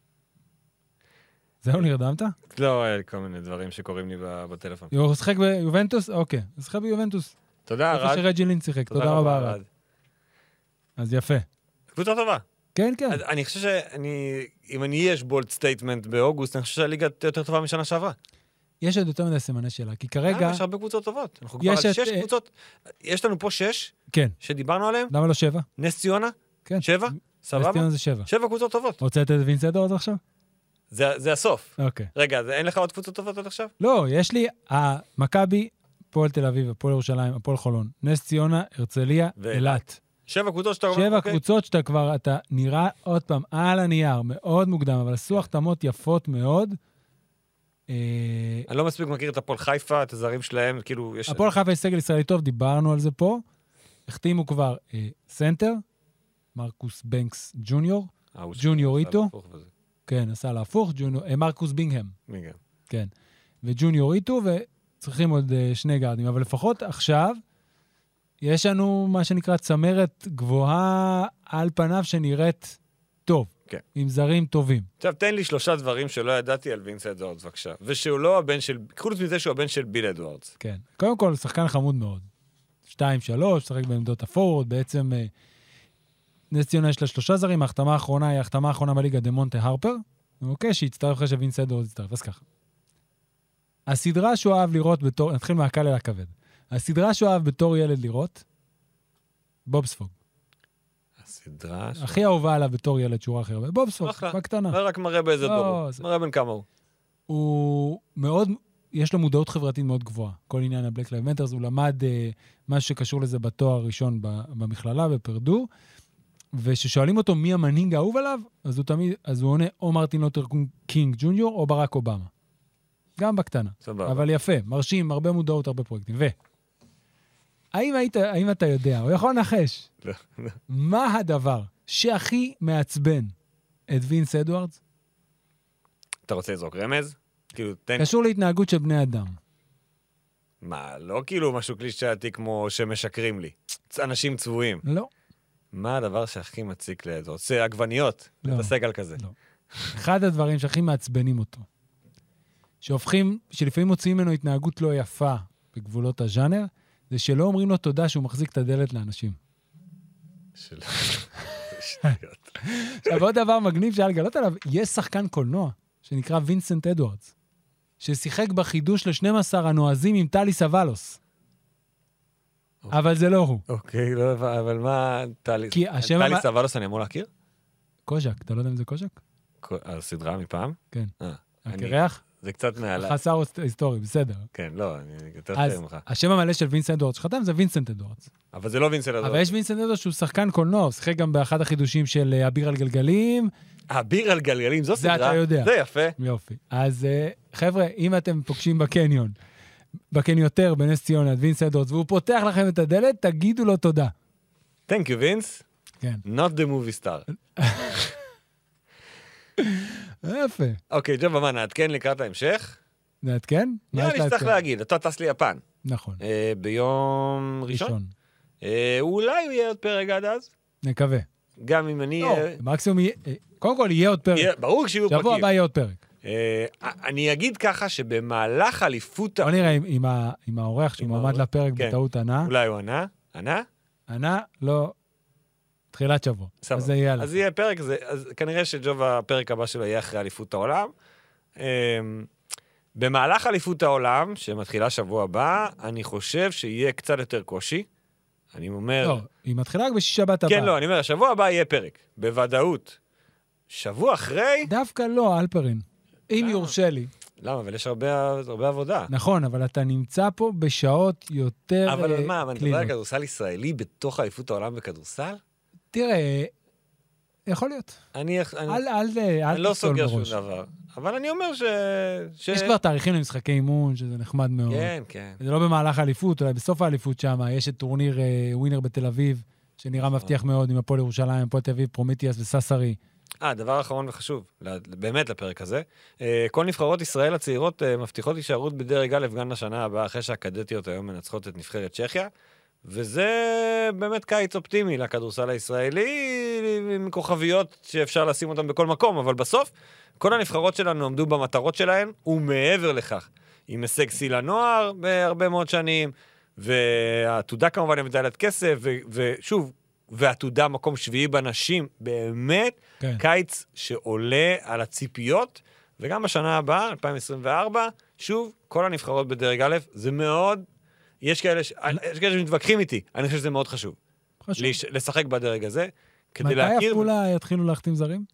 זהו, נרדמת? לא, היה לי כל מיני דברים שקוראים לי בטלפון. הוא שחק ביובנטוס? אוקיי, הוא שחק ביובנטוס. תודה, רד. איפה שרג'י לינץ' שיחק, תודה רבה, רד. אז יפה. קבוצה טובה. כן, כן. אני חושב שאני, אם אני יש בולד סטייטמנט באוגוסט, אני חושב שהליגה יותר טובה משנה שעברה. יש עוד יותר מדי סימני שאלה, כי כרגע... יש הרבה קבוצות טובות. אנחנו כבר על שש קבוצות. יש לנו פה שש, כן. שדיברנו עליהן. למה לא שבע? נס ציונה? כן. שבע? סבבה? נס ציונה זה שבע. שבע קבוצות טובות. רוצה לתת את וינס אדוארדס עכשיו? זה הסוף. אוקיי. רגע, אין לך עוד קבוצות טובות עד עכשיו? לא, יש לי מכבי, הפועל תל אביב, הפועל ירושלים, הפועל חולון, נס ציונה, הרצליה, אילת. שבע קבוצות שאתה... שבע קבוצות שאתה כבר, אתה נראה עוד פעם על הנייר, מאוד מוקדם, אבל עשו החתמות יפות מאוד. אני לא מספיק מכיר את הפועל חיפה, את הזרים שלהם, כאילו יש... הפועל חיפה יש סגל ישראלי טוב, דיברנו על זה פה. החתימו כבר סנטר, מרקוס בנקס ג'וניור, ג'וניור איטו. כן, עשה להפוך, מרקוס בינגהם. בינגהם. כן. וג'וניור איטו, וצריכים עוד שני גארדים, אבל לפחות עכשיו, יש לנו מה שנקרא צמרת גבוהה על פניו שנראית טוב. כן. עם זרים טובים. עכשיו, תן לי שלושה דברים שלא ידעתי על וינס אדוארדס, בבקשה. ושהוא לא הבן של, חוץ מזה שהוא הבן של ביל אדוארדס. כן. קודם כל, שחקן חמוד מאוד. שתיים, שלוש, שחק בעמדות הפורוד, בעצם נס ציונה יש לה שלושה זרים, ההחתמה האחרונה היא ההחתמה האחרונה בליגה דמונטה הרפר, אוקיי, שהצטרף אחרי שווינס אדוארדס יצטרף, אז ככה. הסדרה שהוא אהב לראות בתור, נתחיל מהקל אל הכבד. הסדרה שהוא אהב בתור ילד לראות, בובספוג. הסדרה... הכי אהובה עליו בתור ילד שהוא אחר, בובספוג, בקטנה. לא רק מראה באיזה דור, מראה בן כמה הוא. הוא מאוד, יש לו מודעות חברתית מאוד גבוהה. כל עניין הבלק לייב מטרס, הוא למד מה שקשור לזה בתואר הראשון במכללה, בפרדו, וששואלים אותו מי המנהיג האהוב עליו, אז הוא תמיד, אז הוא עונה או מרטין לותר קינג ג'וניור או ברק אובמה. גם בקטנה. סבבה. אבל יפה, מרשים, הרבה מודעות, הרבה פרויקטים. ו... האם, היית, האם אתה יודע, או יכול לנחש, לא, לא. מה הדבר שהכי מעצבן את וינס אדוארדס? אתה רוצה לזרוק רמז? כאילו, תן... קשור להתנהגות של בני אדם. מה, לא כאילו משהו קלישאתי כמו שמשקרים לי. אנשים צבועים. לא. מה הדבר שהכי מציק לאדוארדס? זה עגבניות, לא. תתעסק על כזה. לא. אחד הדברים שהכי מעצבנים אותו, שהופכים, שלפעמים מוציאים ממנו התנהגות לא יפה בגבולות הז'אנר, זה שלא אומרים לו תודה שהוא מחזיק את הדלת לאנשים. של... שטויות. עכשיו, עוד דבר מגניב שהיה לגלות עליו, יש שחקן קולנוע, שנקרא וינסנט אדוארדס, ששיחק בחידוש ל-שנים עשר הנועזים עם טלי סבלוס. אבל זה לא הוא. אוקיי, לא, אבל מה... טלי סבלוס אני אמור להכיר? קוז'ק, אתה לא יודע אם זה קוז'ק? הסדרה מפעם? כן. הקרח? זה קצת מעלה. חסר היסטורי, בסדר. כן, לא, אני יותר אז טוב ממך. השם המלא של וינסנט אדוארדס שחתם זה וינסנט אדוארדס. אבל זה לא וינסנט אדוארדס. אבל יש וינסנט אדוארדס שהוא שחקן קולנוע, הוא שיחק גם באחד החידושים של אביר על גלגלים. אביר על גלגלים, זו סדרה. זה אתה יודע. זה יפה. יופי. אז חבר'ה, אם אתם פוגשים בקניון, בקניותר בנס ציונה, את וינסנט אדוארדס, והוא פותח לכם את הדלת, תגידו לו תודה. Thank you, Vince. כן. Not the movie star. יפה. אוקיי, ג'ובה, מה, נעדכן לקראת ההמשך? נעדכן? נראה לי שצריך להגיד, אתה טס לי יפן. נכון. ביום ראשון? אולי הוא יהיה עוד פרק עד אז? נקווה. גם אם אני... לא, מקסימום יהיה... קודם כל יהיה עוד פרק. ברור שיהיו פרקים. שבוע הבא יהיה עוד פרק. אני אגיד ככה שבמהלך אליפות... בוא נראה עם האורח שמועמד לפרק בטעות ענה. אולי הוא ענה? ענה? ענה? לא... תחילת שבוע. אז זה יהיה. אז יהיה פרק, אז כנראה שג'ובה, הפרק הבא שלו יהיה אחרי אליפות העולם. במהלך אליפות העולם, שמתחילה שבוע הבא, אני חושב שיהיה קצת יותר קושי. אני אומר... לא, היא מתחילה רק בשישה בת הבא. כן, לא, אני אומר, השבוע הבא יהיה פרק, בוודאות. שבוע אחרי... דווקא לא, אלפרין. אם יורשה לי. למה? אבל יש הרבה, הרבה עבודה. נכון, אבל אתה נמצא פה בשעות יותר קלינות. אבל מה, אני מדבר על כדורסל ישראלי בתוך אליפות העולם בכדורסל? תראה, יכול להיות. אני, אני, אל, אל, אני אל לא סוגר בראש. שום דבר. אבל אני אומר ש... ש... יש כבר תאריכים למשחקי אימון, שזה נחמד מאוד. כן, כן. זה לא במהלך האליפות, אולי בסוף האליפות שם, יש את טורניר אה, ווינר בתל אביב, שנראה מבטיח מאוד עם הפועל ירושלים, הפועל תל אביב, פרומיטיאס וססרי. אה, דבר אחרון וחשוב, באמת לפרק הזה. כל נבחרות ישראל הצעירות מבטיחות הישארות בדרג א' גם לשנה הבאה, אחרי שהקדטיות היום מנצחות את נבחרת צ'כיה, וזה באמת קיץ אופטימי לכדורסל הישראלי, עם כוכביות שאפשר לשים אותם בכל מקום, אבל בסוף, כל הנבחרות שלנו עמדו במטרות שלהן, ומעבר לכך, עם הישג שיא לנוער בהרבה מאוד שנים, והעתודה כמובן עם מדליית כסף, ו- ושוב, ועתודה מקום שביעי בנשים, באמת כן. קיץ שעולה על הציפיות, וגם בשנה הבאה, אלפיים עשרים וארבע, שוב, כל הנבחרות בדרג א', זה מאוד, יש כאלה, ש... יש כאלה שמתווכחים איתי, אני חושב שזה מאוד חשוב. חשוב. לש... לשחק בדרג הזה, כדי להכיר... מתי אפולה יתחילו להחתים זרים?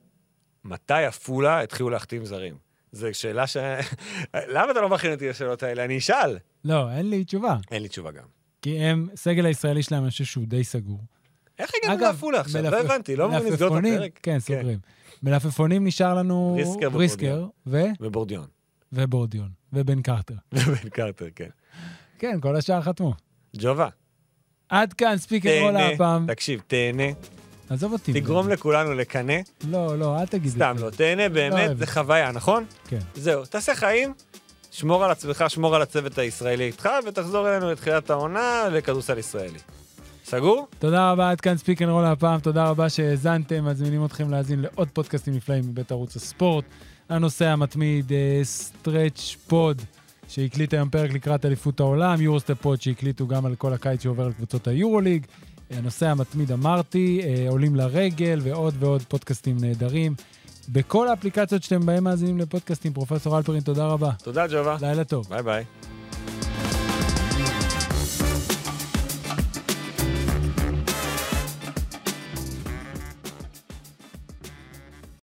מתי אפולה התחילו להחתים זרים? זו שאלה ש... למה אתה לא מכין אותי לשאלות האלה? אני אשאל. לא, אין לי תשובה. אין לי תשובה גם. כי הם, סגל הישראלי שלהם, אני חושב שהוא די סגור. איך הגענו לאפולה עכשיו? לא הבנתי, לא אמורים לסגור את הפרק? כן, סוגרים. מלפפונים נשאר לנו בריסקר ו... ובורדיון. ובורדיון. ובן קרטר. ובן קרטר, כן. כן, כל השאר חתמו. ג'ובה. עד כאן, ספיקר רולה הפעם. תקשיב, תהנה. עזוב אותי. תגרום לכולנו לקנה. לא, לא, אל תגיד. סתם לא, תהנה באמת, זה חוויה, נכון? כן. זהו, תעשה חיים, שמור על עצמך, שמור על הצוות הישראלי איתך, ותחזור אלינו לתחילת העונה לכדורסל ישראלי. סגור? תודה רבה, עד כאן ספיק אנד רול הפעם, תודה רבה שהאזנתם, מזמינים אתכם להאזין לעוד פודקאסטים נפלאים מבית ערוץ הספורט. הנושא המתמיד, סטרץ' פוד, שהקליט היום פרק לקראת אליפות העולם, יורוסטפ פוד שהקליטו גם על כל הקיץ שעובר לקבוצות היורוליג. הנושא המתמיד אמרתי, עולים לרגל ועוד ועוד פודקאסטים נהדרים. בכל האפליקציות שאתם בהם מאזינים לפודקאסטים, פרופסור אלפרין, תודה רבה. תודה, ג'ובה. לילה טוב. ביי ביי.